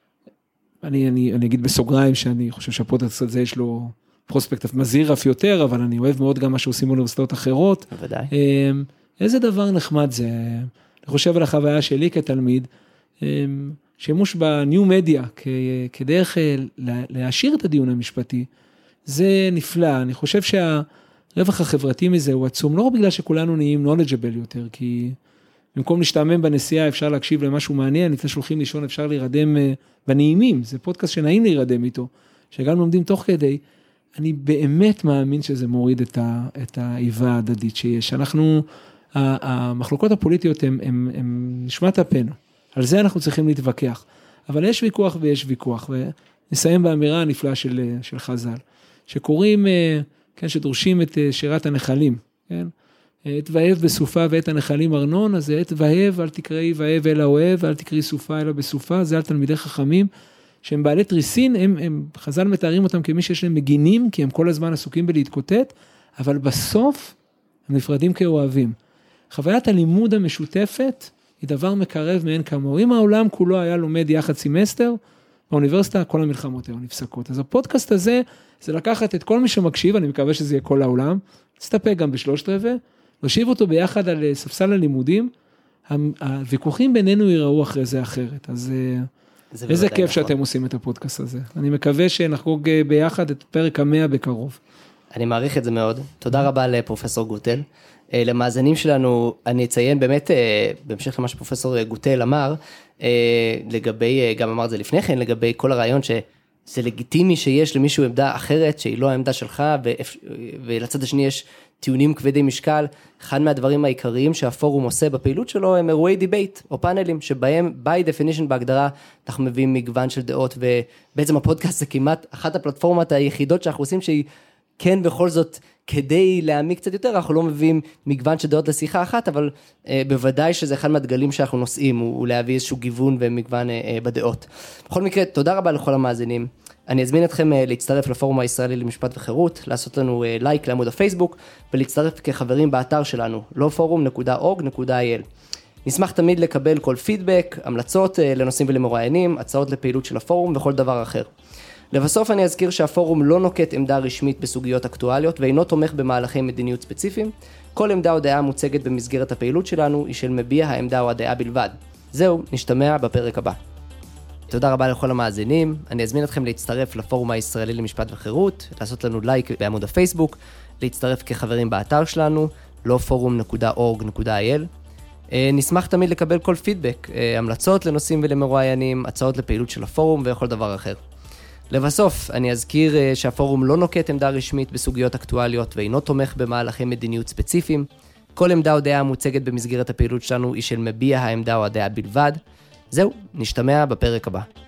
אני, אני אגיד בסוגריים שאני חושב שהפודקאסט הזה יש לו פרוספקט מזהיר אף יותר, אבל אני אוהב מאוד גם מה שעושים באוניברסיטאות אחרות. בוודאי. איזה דבר נחמד זה, אני חושב על החוויה שלי כתלמיד, שימוש בניו מדיה כדרך להשאיר את הדיון המשפטי, זה נפלא. אני חושב שהרווח החברתי מזה הוא עצום, לא רק בגלל שכולנו נהיים knowledgeable יותר, כי במקום להשתעמם בנסיעה אפשר להקשיב למשהו מעניין, לפני שהולכים לישון אפשר להירדם בנעימים, זה פודקאסט שנעים להירדם איתו, שגם לומדים תוך כדי, אני באמת מאמין שזה מוריד את, ה, את האיבה ההדדית שיש. אנחנו, המחלוקות הפוליטיות הם, הם, הם נשמת אפנו. על זה אנחנו צריכים להתווכח. אבל יש ויכוח ויש ויכוח, ונסיים באמירה הנפלאה של, של חז"ל, שקוראים, כן, שדורשים את שירת הנחלים, כן? את ואהב בסופה ואת הנחלים ארנון, אז את ואהב, אל תקראי ואהב אלא אוהב, ואל תקראי סופה אלא בסופה, זה על תלמידי חכמים, שהם בעלי תריסין, הם, הם, חז"ל מתארים אותם כמי שיש להם מגינים, כי הם כל הזמן עסוקים בלהתקוטט, אבל בסוף הם נפרדים כאוהבים. חוויית הלימוד המשותפת, היא דבר מקרב מאין כמוהו. אם העולם כולו היה לומד יחד סמסטר, באוניברסיטה כל המלחמות היו נפסקות. אז הפודקאסט הזה, זה לקחת את כל מי שמקשיב, אני מקווה שזה יהיה כל העולם, תסתפק גם בשלושת רבעי, להושיב אותו ביחד על ספסל הלימודים, הוויכוחים בינינו ייראו אחרי זה אחרת. אז איזה כיף שאתם עושים את הפודקאסט הזה. אני מקווה שנחגוג ביחד את פרק המאה בקרוב. אני מעריך את זה מאוד. תודה רבה לפרופסור גוטל. למאזינים שלנו, אני אציין באמת, בהמשך למה שפרופסור גוטל אמר, לגבי, גם אמר את זה לפני כן, לגבי כל הרעיון שזה לגיטימי שיש למישהו עמדה אחרת, שהיא לא העמדה שלך, ולצד השני יש טיעונים כבדי משקל. אחד מהדברים העיקריים שהפורום עושה בפעילות שלו, הם אירועי דיבייט, או פאנלים, שבהם, by definition בהגדרה, אנחנו מביאים מגוון של דעות, ובעצם הפודקאסט זה כמעט אחת הפלטפורמות היחידות שאנחנו עושים, שהיא כן בכל זאת, כדי להעמיק קצת יותר, אנחנו לא מביאים מגוון של דעות לשיחה אחת, אבל אה, בוודאי שזה אחד מהדגלים שאנחנו נושאים, הוא, הוא להביא איזשהו גיוון ומגוון אה, בדעות. בכל מקרה, תודה רבה לכל המאזינים. אני אזמין אתכם אה, להצטרף לפורום הישראלי למשפט וחירות, לעשות לנו אה, לייק לעמוד הפייסבוק, ולהצטרף כחברים באתר שלנו, לא פורום נקודה אורג נקודה איי אל. נשמח תמיד לקבל כל פידבק, המלצות אה, לנושאים ולמרואיינים, הצעות לפעילות של הפורום וכל דבר אחר. לבסוף אני אזכיר שהפורום לא נוקט עמדה רשמית בסוגיות אקטואליות ואינו תומך במהלכי מדיניות ספציפיים. כל עמדה או דעה מוצגת במסגרת הפעילות שלנו היא של מביע העמדה או הדעה בלבד. זהו, נשתמע בפרק הבא. תודה רבה לכל המאזינים, אני אזמין אתכם להצטרף לפורום הישראלי למשפט וחירות, לעשות לנו לייק בעמוד הפייסבוק, להצטרף כחברים באתר שלנו, לא פורום נקודה אורג נקודה איי אל. נשמח תמיד לקבל כל פידבק, המלצות לנושאים ולמרואיינים, הצעות לפעילות של הפורום וכל דבר אחר. לבסוף, אני אזכיר שהפורום לא נוקט עמדה רשמית בסוגיות אקטואליות ואינו תומך במהלכי מדיניות ספציפיים. כל עמדה או דעה מוצגת במסגרת הפעילות שלנו היא של מביע העמדה או הדעה בלבד. זהו, נשתמע בפרק הבא.